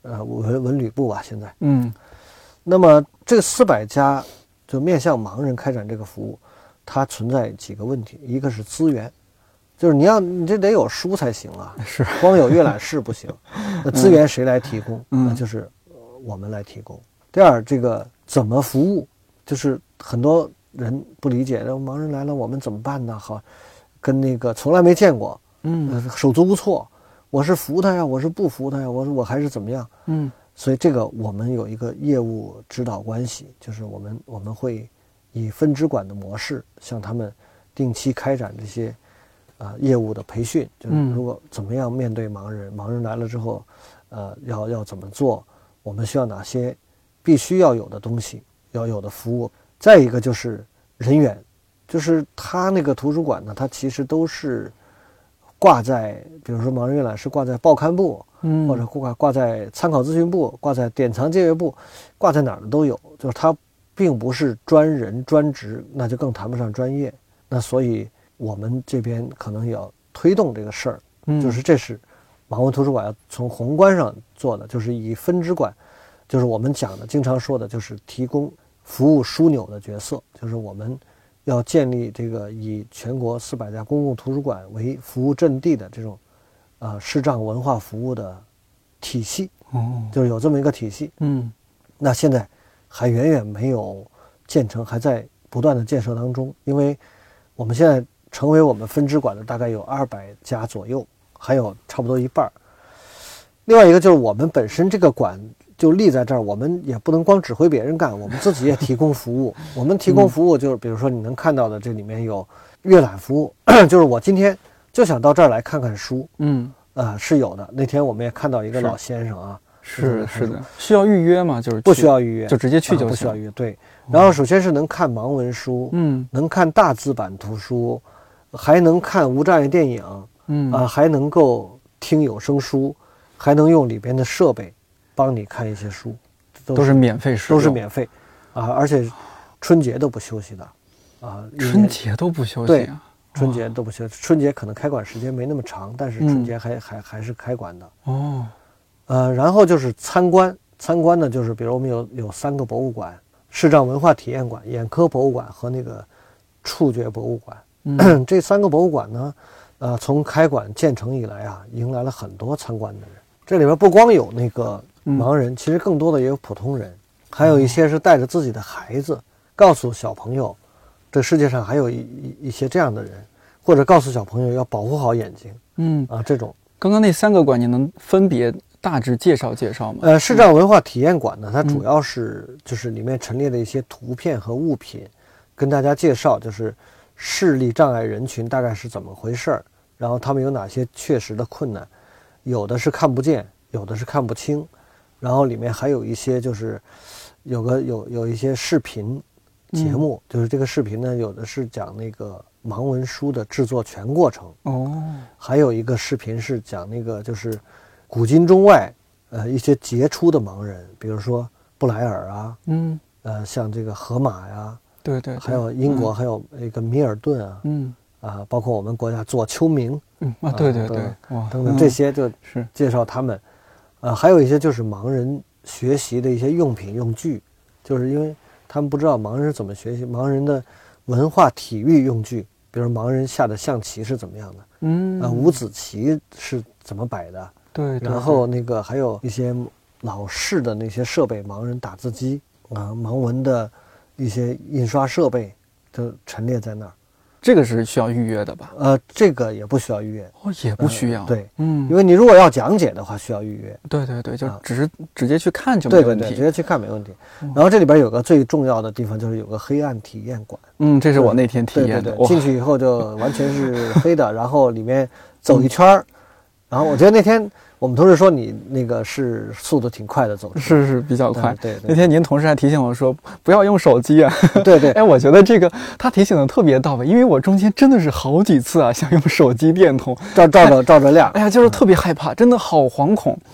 文旅部吧，现在。 那么这个400家就面向盲人开展这个服务，它存在几个问题，一个是资源，就是你这得有书才行啊， 是光有阅览室不行，那资源谁来提供？那就是我们来提供。第二，这个怎么服务，就是很多人不理解，盲人来了我们怎么办呢？好，跟那个从来没见过，手足无措，我是服他呀，我是不服他呀，我还是怎么样？所以这个我们有一个业务指导关系，就是我们会以分支管的模式向他们定期开展这些业务的培训，就是如果怎么样面对盲人，盲人来了之后，要怎么做，我们需要哪些必须要有的东西，要有的服务。再一个就是人员，就是他那个图书馆呢，它其实都是挂在，比如说盲人阅览室挂在报刊部，或者挂在参考咨询部，挂在典藏借阅部，挂在哪儿的都有，就是它并不是专人专职，那就更谈不上专业。那所以我们这边可能也要推动这个事儿，就是这是盲文图书馆要从宏观上做的，就是以分支管，就是我们讲的经常说的，就是提供服务枢纽的角色，就是我们要建立这个以全国400家公共图书馆为服务阵地的这种视障文化服务的体系，就是有这么一个体系。那现在还远远没有建成，还在不断的建设当中，因为我们现在成为我们分支馆的大概有200家左右，还有差不多一半。另外一个就是我们本身这个馆就立在这儿，我们也不能光指挥别人干，我们自己也提供服务。我们提供服务就是比如说你能看到的，这里面有阅览服务，就是我今天就想到这儿来看看书，是有的。那天我们也看到一个老先生啊， 是的，需要预约吗？就是不需要预约， 就直接去就行， 不需要预约。对，然后首先是能看盲文书，能看大字版图书，还能看无障碍电影，还能够听有声书，还能用里边的设备帮你看一些书， 都是免费使用， 都是免费而且春节都不休息的春节都不休息对，春节都不休息，春节可能开馆时间没那么长，但是春节还是开馆的。然后就是参观呢，就是比如我们有3个博物馆，视障文化体验馆、眼科博物馆和那个触觉博物馆。这3个博物馆呢，从开馆建成以来迎来了很多参观的人。这里边不光有那个盲人，其实更多的也有普通人，还有一些是带着自己的孩子，告诉小朋友，这世界上还有一些这样的人，或者告诉小朋友要保护好眼睛。这种。 刚刚那3个馆，你能分别大致介绍吗？ 视障文化体验馆呢，它主要是就是里面陈列的一些图片和物品，跟大家介绍就是视力障碍人群大概是怎么回事儿，然后他们有哪些确实的困难，有的是看不见，有的是看不清，然后里面还有一些就是有一些视频节目，就是这个视频呢，有的是讲那个盲文书的制作全过程，还有一个视频是讲那个就是古今中外一些杰出的盲人，比如说布莱尔像这个河马呀， 对， 还有英国还有那个米尔顿包括我们国家左丘明， 对， 等等这些就是介绍他们，还有一些就是盲人学习的一些用品用具，就是因为他们不知道盲人是怎么学习，盲人的文化体育用具，比如盲人下的象棋是怎么样的，五子棋是怎么摆的， 对， 然后那个还有一些老式的那些设备，盲人打字机盲文的一些印刷设备都陈列在那儿。 这个是需要预约的吧？ 这个也不需要预约。 也不需要。 对，因为你如果要讲解的话，需要预约。 对，就只是直接去看就没问题。 对，直接去看没问题。然后这里边有个最重要的地方，就是有个黑暗体验馆。 这是我那天体验的。 对，进去以后就完全是黑的，然后里面走一圈然后我觉得那天我们同事说你那个是速度挺快的走， 是比较快。 对， 那天您同事还提醒我说不要用手机啊。 对， 我觉得这个他提醒的特别到位，因为我中间真的是好几次想用手机电筒照着亮， 就是特别害怕，真的好惶恐。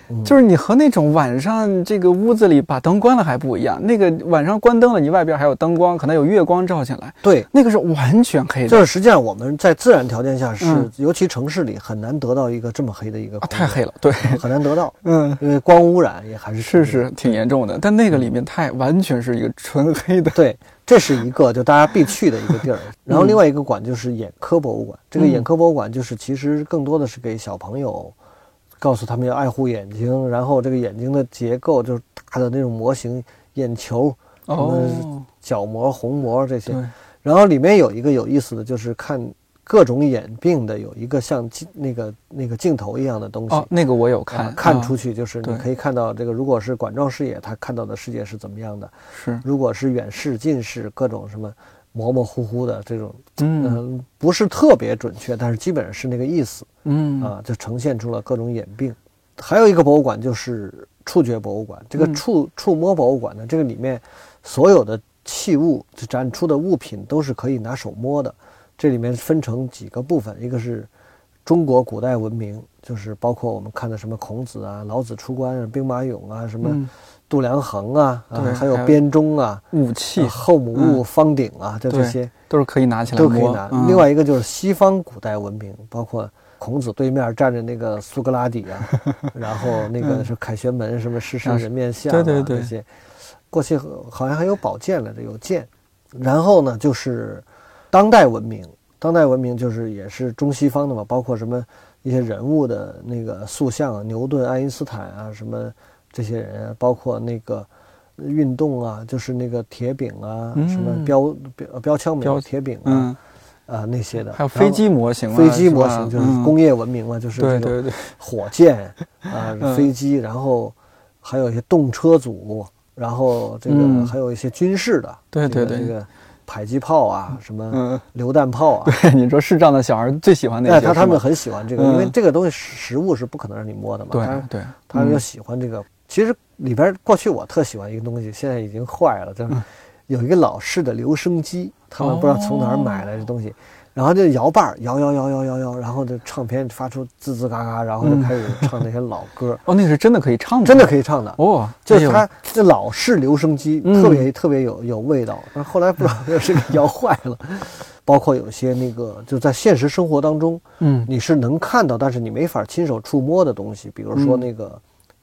就是你和那种晚上这个屋子里把灯关了还不一样，那个晚上关灯了，你外边还有灯光，可能有月光照进来， 对， 那个是完全黑的。 就是实际上我们在自然条件下是，尤其城市里很难得到一个这么黑的一个太黑了，对， 很难得到，因为光污染也还是挺严重的，但那个里面完全是一个纯黑的， 对。这是一个就大家必去的一个地儿，然后另外一个馆就是眼科博物馆。这个眼科博物馆就是其实更多的是给小朋友，告诉他们要爱护眼睛，然后这个眼睛的结构就是大的那种模型，眼球、什么角膜、虹膜这些。然后里面有一个有意思的就是看各种眼病的有一个像那个镜头一样的东西。 那个我有看， 看出去就是你可以看到这个，如果是管状视野，他看到的世界是怎么样的；如果是远视、近视，各种什么模模糊糊的这种，不是特别准确，但是基本上是那个意思。就呈现出了各种眼病。还有一个博物馆就是触觉博物馆，这个触摸博物馆呢，这个里面所有的器物展出的物品都是可以拿手摸的。这里面分成几个部分，一个是中国古代文明，就是包括我们看的什么孔子啊、老子出关啊、兵马俑啊、什么度量衡啊，还有编钟啊、 武器、 后母戊方鼎啊，这些都是可以拿起来都可以拿。另外一个就是西方古代文明，包括孔子对面站着那个苏格拉底啊，然后那个是凯旋门什么狮身人面像啊，这些。过去好像还有宝剑来着，有剑。然后呢，就是当代文明，当代文明就是也是中西方的嘛，包括什么一些人物的那个塑像啊，牛顿、爱因斯坦啊，什么这些人，包括那个运动啊，就是那个铁饼啊，什么标枪没有铁饼啊，那些的， 还有飞机模型， 飞机模型就是工业文明嘛，就是这种火箭啊，飞机，然后还有一些动车组，然后这个还有一些军事的， 对， 这个迫击炮啊，什么榴弹炮啊。 对，你说视障的小孩最喜欢那些， 他们很喜欢这个，因为这个东西实物是不可能让你摸的嘛。 对， 他们就喜欢这个。其实里边过去我特喜欢一个东西，现在已经坏了，就是有一个老式的留声机，他们不知道从哪儿买来这东西。然后就摇把摇，然后这唱片发出吱吱嘎嘎，然后就开始唱那些老歌。 那个是真的可以唱的， 真的可以唱的哦。 就是它这老式留声机，特别有味道。但后来不知道是摇坏了。包括有些那个就在现实生活当中，你是能看到，但是你没法亲手触摸的东西，比如说那个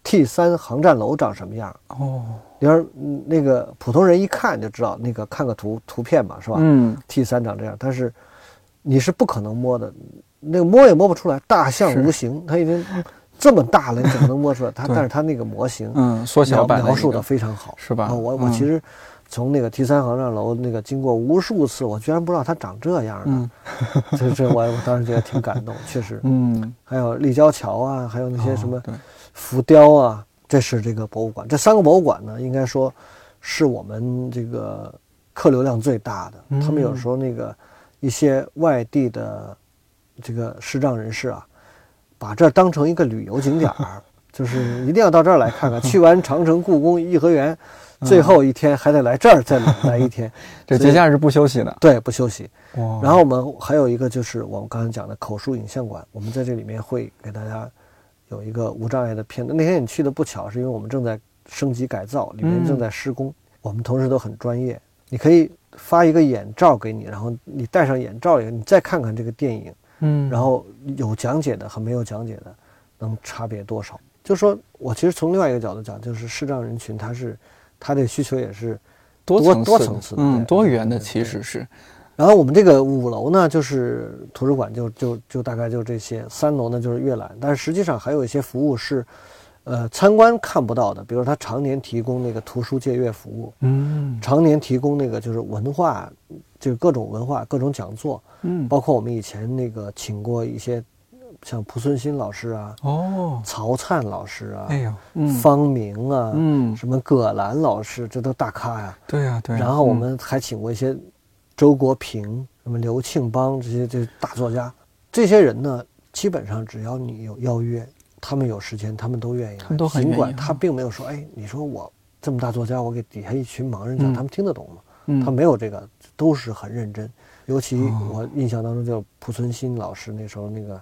T3航站楼长什么样。你要那个普通人一看就知道，那个看个图片嘛，是吧？T3长这样，但是你是不可能摸的，那个摸也摸不出来，大象无形，它已经这么大了，你怎么能摸出来？但是它那个模型， 缩小版描述的非常好， 是吧？ 我其实从那个 T3航站楼那个经过无数次，我居然不知道它长这样的，这我当时觉得挺感动，确实，还有立交桥啊，还有那些什么浮雕啊，这是这个博物馆。这3个博物馆呢，应该说是我们这个客流量最大的，他们有时候那个。一些外地的这个视障人士啊，把这当成一个旅游景点就是一定要到这儿来看看。去完长城、故宫、颐和园，最后一天还得来这儿再来一天。 这节假日不休息的， 对，不休息。然后我们还有一个就是我们刚才讲的口述影像馆，我们在这里面会给大家有一个无障碍的片段。那天你去的不巧，是因为我们正在升级改造，里面正在施工，我们同事都很专业，你可以发一个眼罩给你，然后你戴上眼罩以后，你再看看这个电影，然后有讲解的和没有讲解的，能差别多少？就是说我其实从另外一个角度讲，就是视障人群他的需求也是多层次的， 多元的其实是。 然后我们这个5楼呢，就是图书馆就大概就这些，3楼呢就是阅览，但是实际上还有一些服务是。参观看不到的，比如他常年提供那个图书借阅服务，常年提供那个就是文化，就是各种文化、各种讲座，包括我们以前那个请过一些像濮存昕老师啊，曹灿老师啊，方明啊，什么葛兰老师，这都大咖呀。 对。 然后我们还请过一些周国平、什么刘庆邦这大作家，这些人呢，基本上只要你有邀约。他们有时间，他们都愿意来，尽管他并没有说，你说我这么大作家，我给底下一群盲人讲，他们听得懂吗？他没有这个，都是很认真。尤其我印象当中，就濮存昕老师那时候那个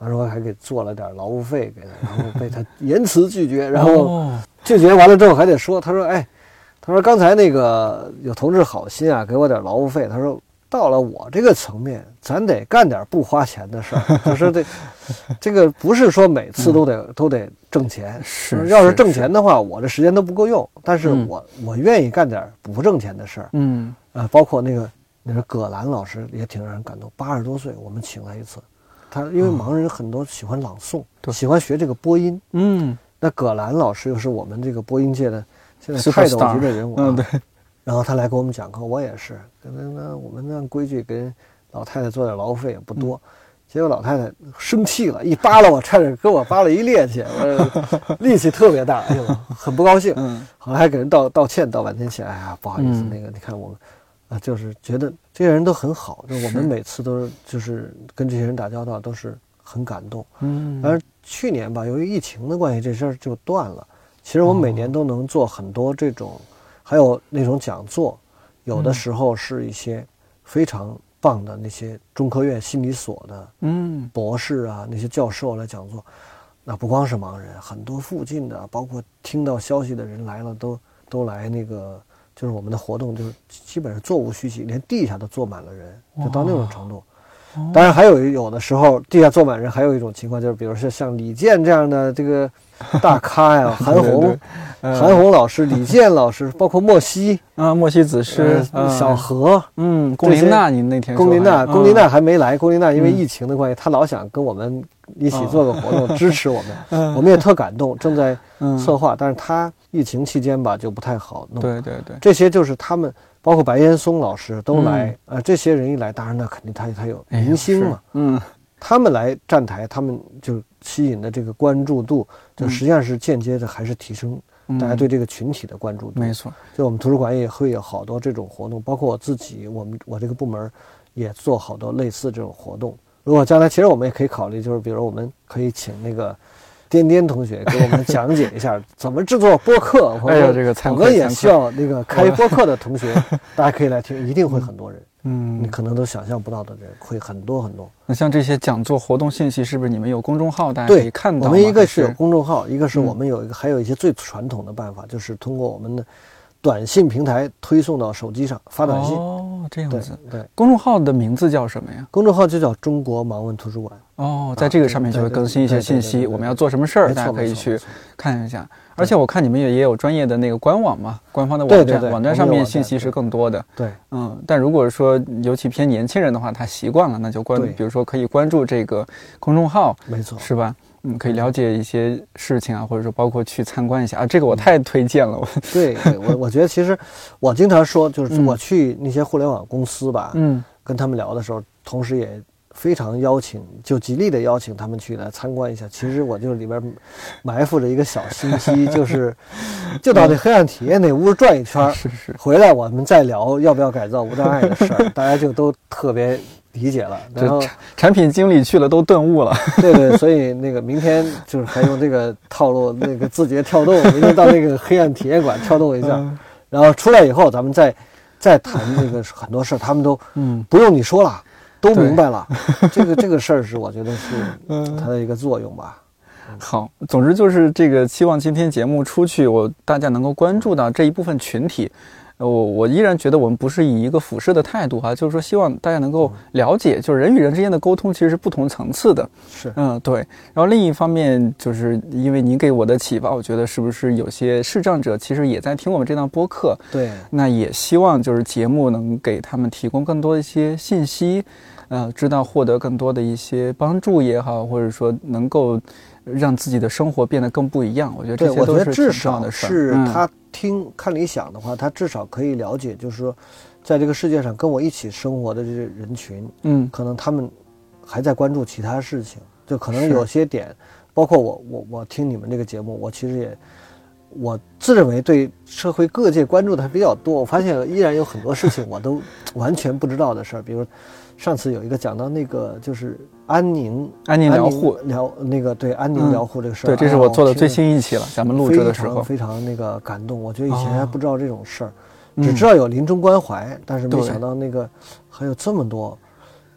当时我还给做了点劳务费给他，然后被他严词拒绝，然后拒绝完了之后还得说，他说哎，他说刚才那个有同志好心啊，给我点劳务费，他说到了我这个层面，咱得干点不花钱的事儿，就是这个不是说每次都得挣钱， 是要是挣钱的话，我这时间都不够用，但是我愿意干点不挣钱的事儿，包括那个葛兰老师也挺让人感动，80多岁我们请来一次，他因为盲人很多喜欢朗诵，喜欢学这个播音，那葛兰老师又是我们这个播音界的现在泰斗级的人物， 对。 然后他来给我们讲课，我也是，那我们按规矩给老太太做点劳务费也不多，结果老太太生气了，一扒拉我，差点给我扒拉一趔趄，力气特别大，哎呦，很不高兴。后来还给人道歉，道半天歉，哎呀，不好意思，那个你看我们就是觉得这些人都很好，就我们每次都就是跟这些人打交道都是很感动。而去年吧，由于疫情的关系，这事儿就断了。其实我们每年都能做很多这种。还有那种讲座，有的时候是一些非常棒的那些中科院心理所的博士啊，那些教授来讲座。那不光是盲人，很多附近的，包括听到消息的人来了，都来那个，就是我们的活动，就是基本上座无虚席，连地下都坐满了人，就到那种程度。当然还有的时候地下坐满人，还有一种情况就是，比如说像李健这样的这个大咖呀，韩红老师、李健老师，包括莫西莫西子诗、 小何， 龚琳娜，您那天说龚琳娜还没来，龚琳娜因为疫情的关系，她老想跟我们一起做个活动，支持我们，我们也特感动，正在策划，但是她疫情期间吧就不太好弄。 对， 这些就是他们。包括白岩松老师都来，这些人一来，当然那肯定他有明星嘛，他们来站台，他们就吸引的这个关注度，就实际上是间接的还是提升大家对这个群体的关注度。 没错， 就我们图书馆也会有好多这种活动，包括我自己，我这个部门也做好多类似这种活动。如果将来，其实我们也可以考虑，就是比如我们可以请那个。颠颠同学给我们讲解一下怎么制作播客。 哎呀，这个我们也需要那个开播客的同学，大家可以来听，一定会很多人。你可能都想象不到的人会很多。 那像这些讲座活动信息，是不是你们有公众号，大家可以看到？ 我们一个是有公众号，一个是我们还有一些最传统的办法，就是通过我们的短信平台推送到手机上发短信。 这样子。 对， 公众号的名字叫什么呀？ 公众号就叫中国盲文图书馆。 在这个上面就会更新一些信息，我们要做什么事儿，大家可以去看一下。而且我看你们也有专业的那个官网嘛，官方的网站，网站上面信息是更多的。 对， 但如果说尤其偏年轻人的话，他习惯了，那就比如说可以关注这个公众号， 没错， 是吧？可以了解一些事情啊，或者说包括去参观一下这个我太推荐了。 对，我觉得其实我经常说，就是我去那些互联网公司吧，跟他们聊的时候，同时也非常就极力的邀请他们去来参观一下。其实我就里边埋伏着一个小心机，就到那黑暗体验那屋转一圈，回来我们再聊要不要改造无障碍的事儿，大家就都特别理解了。然后产品经理去了都顿悟了。 对，所以那个明天就是还用这个套路，那个字节跳动，明天到那个黑暗体验馆跳动一下，然后出来以后咱们再谈那个很多事儿，他们都不用你说了。都明白了，这个事儿是我觉得是它的一个作用吧。 好，总之就是这个，希望今天节目出去，大家能够关注到这一部分群体。我依然觉得我们不是以一个俯视的态度就是说希望大家能够了解，就是人与人之间的沟通其实是不同层次的。 是， 对。然后另一方面，就是因为您给我的启发，我觉得是不是有些视障者其实也在听我们这档播客？ 对。 那也希望就是节目能给他们提供更多的一些信息，知道获得更多的一些帮助也好，或者说能够让自己的生活变得更不一样。我觉得这些都是挺重要的事儿。 是他看理想的话，他至少可以了解，就是说，在这个世界上跟我一起生活的这些人群，可能他们还在关注其他事情，就可能有些点，包括我听你们这个节目，我其实我自认为对社会各界关注的还比较多，我发现依然有很多事情我都完全不知道的事儿，比如上次有一个讲到那个就是安宁疗护安宁疗护这个事儿， 对，这是我做的最新一期了，咱们录制的时候非常那个感动。我觉得以前还不知道这种事儿，只知道有临终关怀，但是没想到那个还有这么多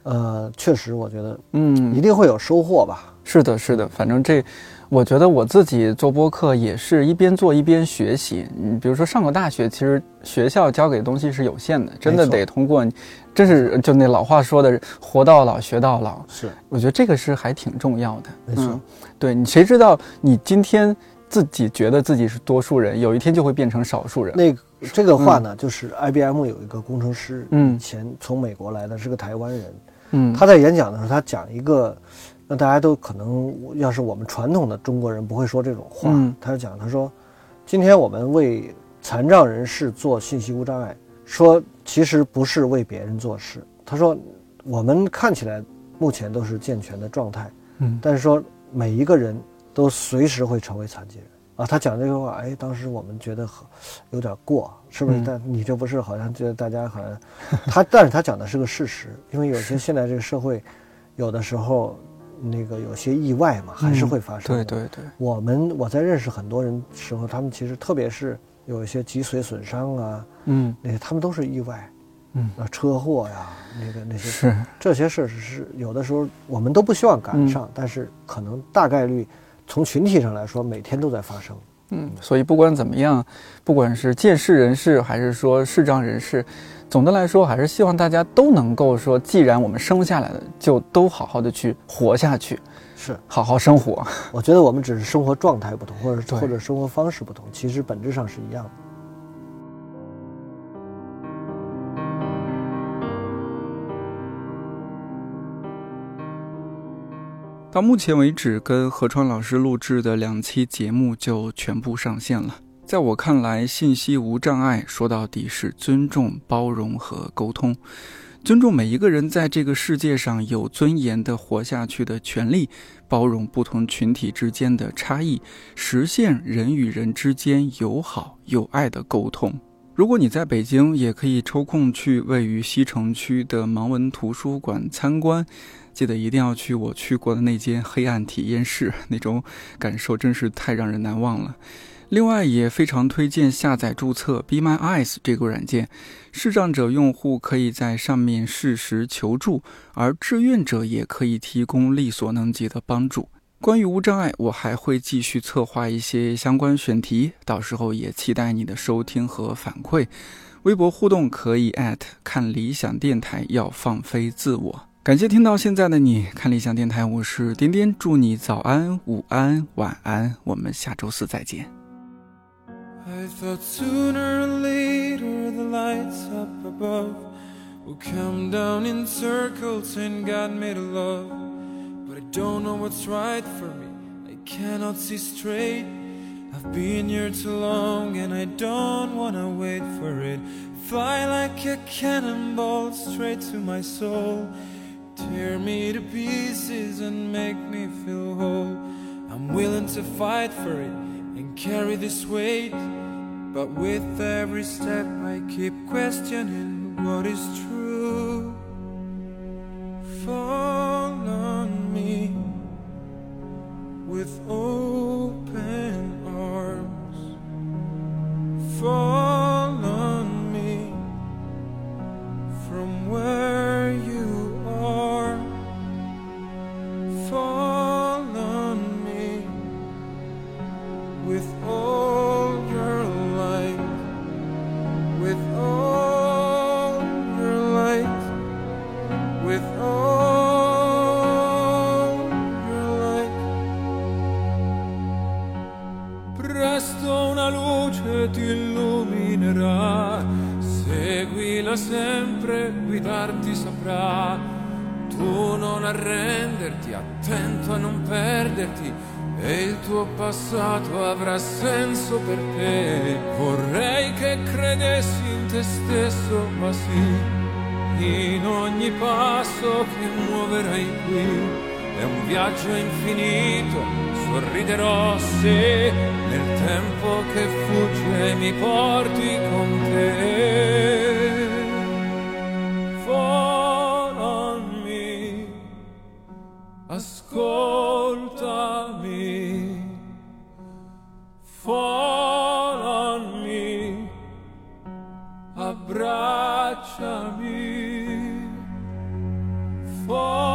确实我觉得一定会有收获吧。 是的是的，反正我觉得我自己做播客也是一边做一边学习。比如说上过大学，其实学校教给的东西是有限的，真的得通过，真是就那老话说的活到老学到老。是，我觉得这个是还挺重要的。 没错， 对，你谁知道你今天自己觉得自己是多数人，有一天就会变成少数人。 这个话呢，就是 IBM 有一个工程师，以前从美国来的，是个台湾人。他在演讲的时候，他讲一个。那大家都可能，要是我们传统的中国人不会说这种话。他说，今天我们为残障人士做信息无障碍，说其实不是为别人做事。他说，我们看起来目前都是健全的状态，但是说每一个人都随时会成为残疾人啊。他讲这个话，当时我们觉得有点过，是不是？但你这不是好像觉得大家好像但是他讲的是个事实，因为有些现在这个社会，有的时候。有些意外嘛，还是会发生的。对。我在认识很多人时候，他们其实特别是有一些脊髓损伤啊，他们都是意外，车祸呀，那些是这些事是有的时候我们都不希望赶上，但是可能大概率从群体上来说，每天都在发生。 所以不管怎么样，不管是健视人士还是说视障人士，总的来说还是希望大家都能够说，既然我们生下来的，就都好好的去活下去， 是好好生活。 我觉得我们只是生活状态不同，或者生活方式不同，其实本质上是一样的。 到目前为止，跟何川老师录制的2期节目就全部上线了。在我看来，信息无障碍说到底是尊重、包容和沟通，尊重每一个人在这个世界上有尊严的活下去的权利，包容不同群体之间的差异，实现人与人之间友好有爱的沟通。如果你在北京，也可以抽空去位于西城区的盲文图书馆参观，记得一定要去我去过的那间黑暗体验室，那种感受真是太让人难忘了。另外也非常推荐下载注册 Be My Eyes 这个软件，视障者用户可以在上面适时求助，而志愿者也可以提供力所能及的帮助。关于无障碍，我还会继续策划一些相关选题，到时候也期待你的收听和反馈。微博互动可以看理想电台，要放飞自我。感谢听到现在的你，看理想电台，我是颠颠，祝你早安、午安、晚安，我们下周4再见。 I thought sooner or later the lights up above will come down in circles and God made a love, but I don't know what's right for me, I cannot see straight. I've been here too long and I don't wanna wait for it. Fly like a cannonball straight to my soul, tear me to pieces and make me feel whole. I'm willing to fight for it and carry this weight, but with every step I keep questioning what is true. Fall on me with open arms, fall on me from where you are, fall on me with all your light, with all your light, with all your light. Presto una luce ti illuminerà, seguila sempre, guidarti saprà. Tu non arrenderti, attento a non perderti, e il tuo passato avrà senso per te. Vorrei che credessi in te stesso, ma sì, in ogni passo che muoverai qui è un viaggio infinito, sorriderò se nel tempo che fugge mi porti con te. Fall on me, ascoltami, fall on me, abbracciami, fall.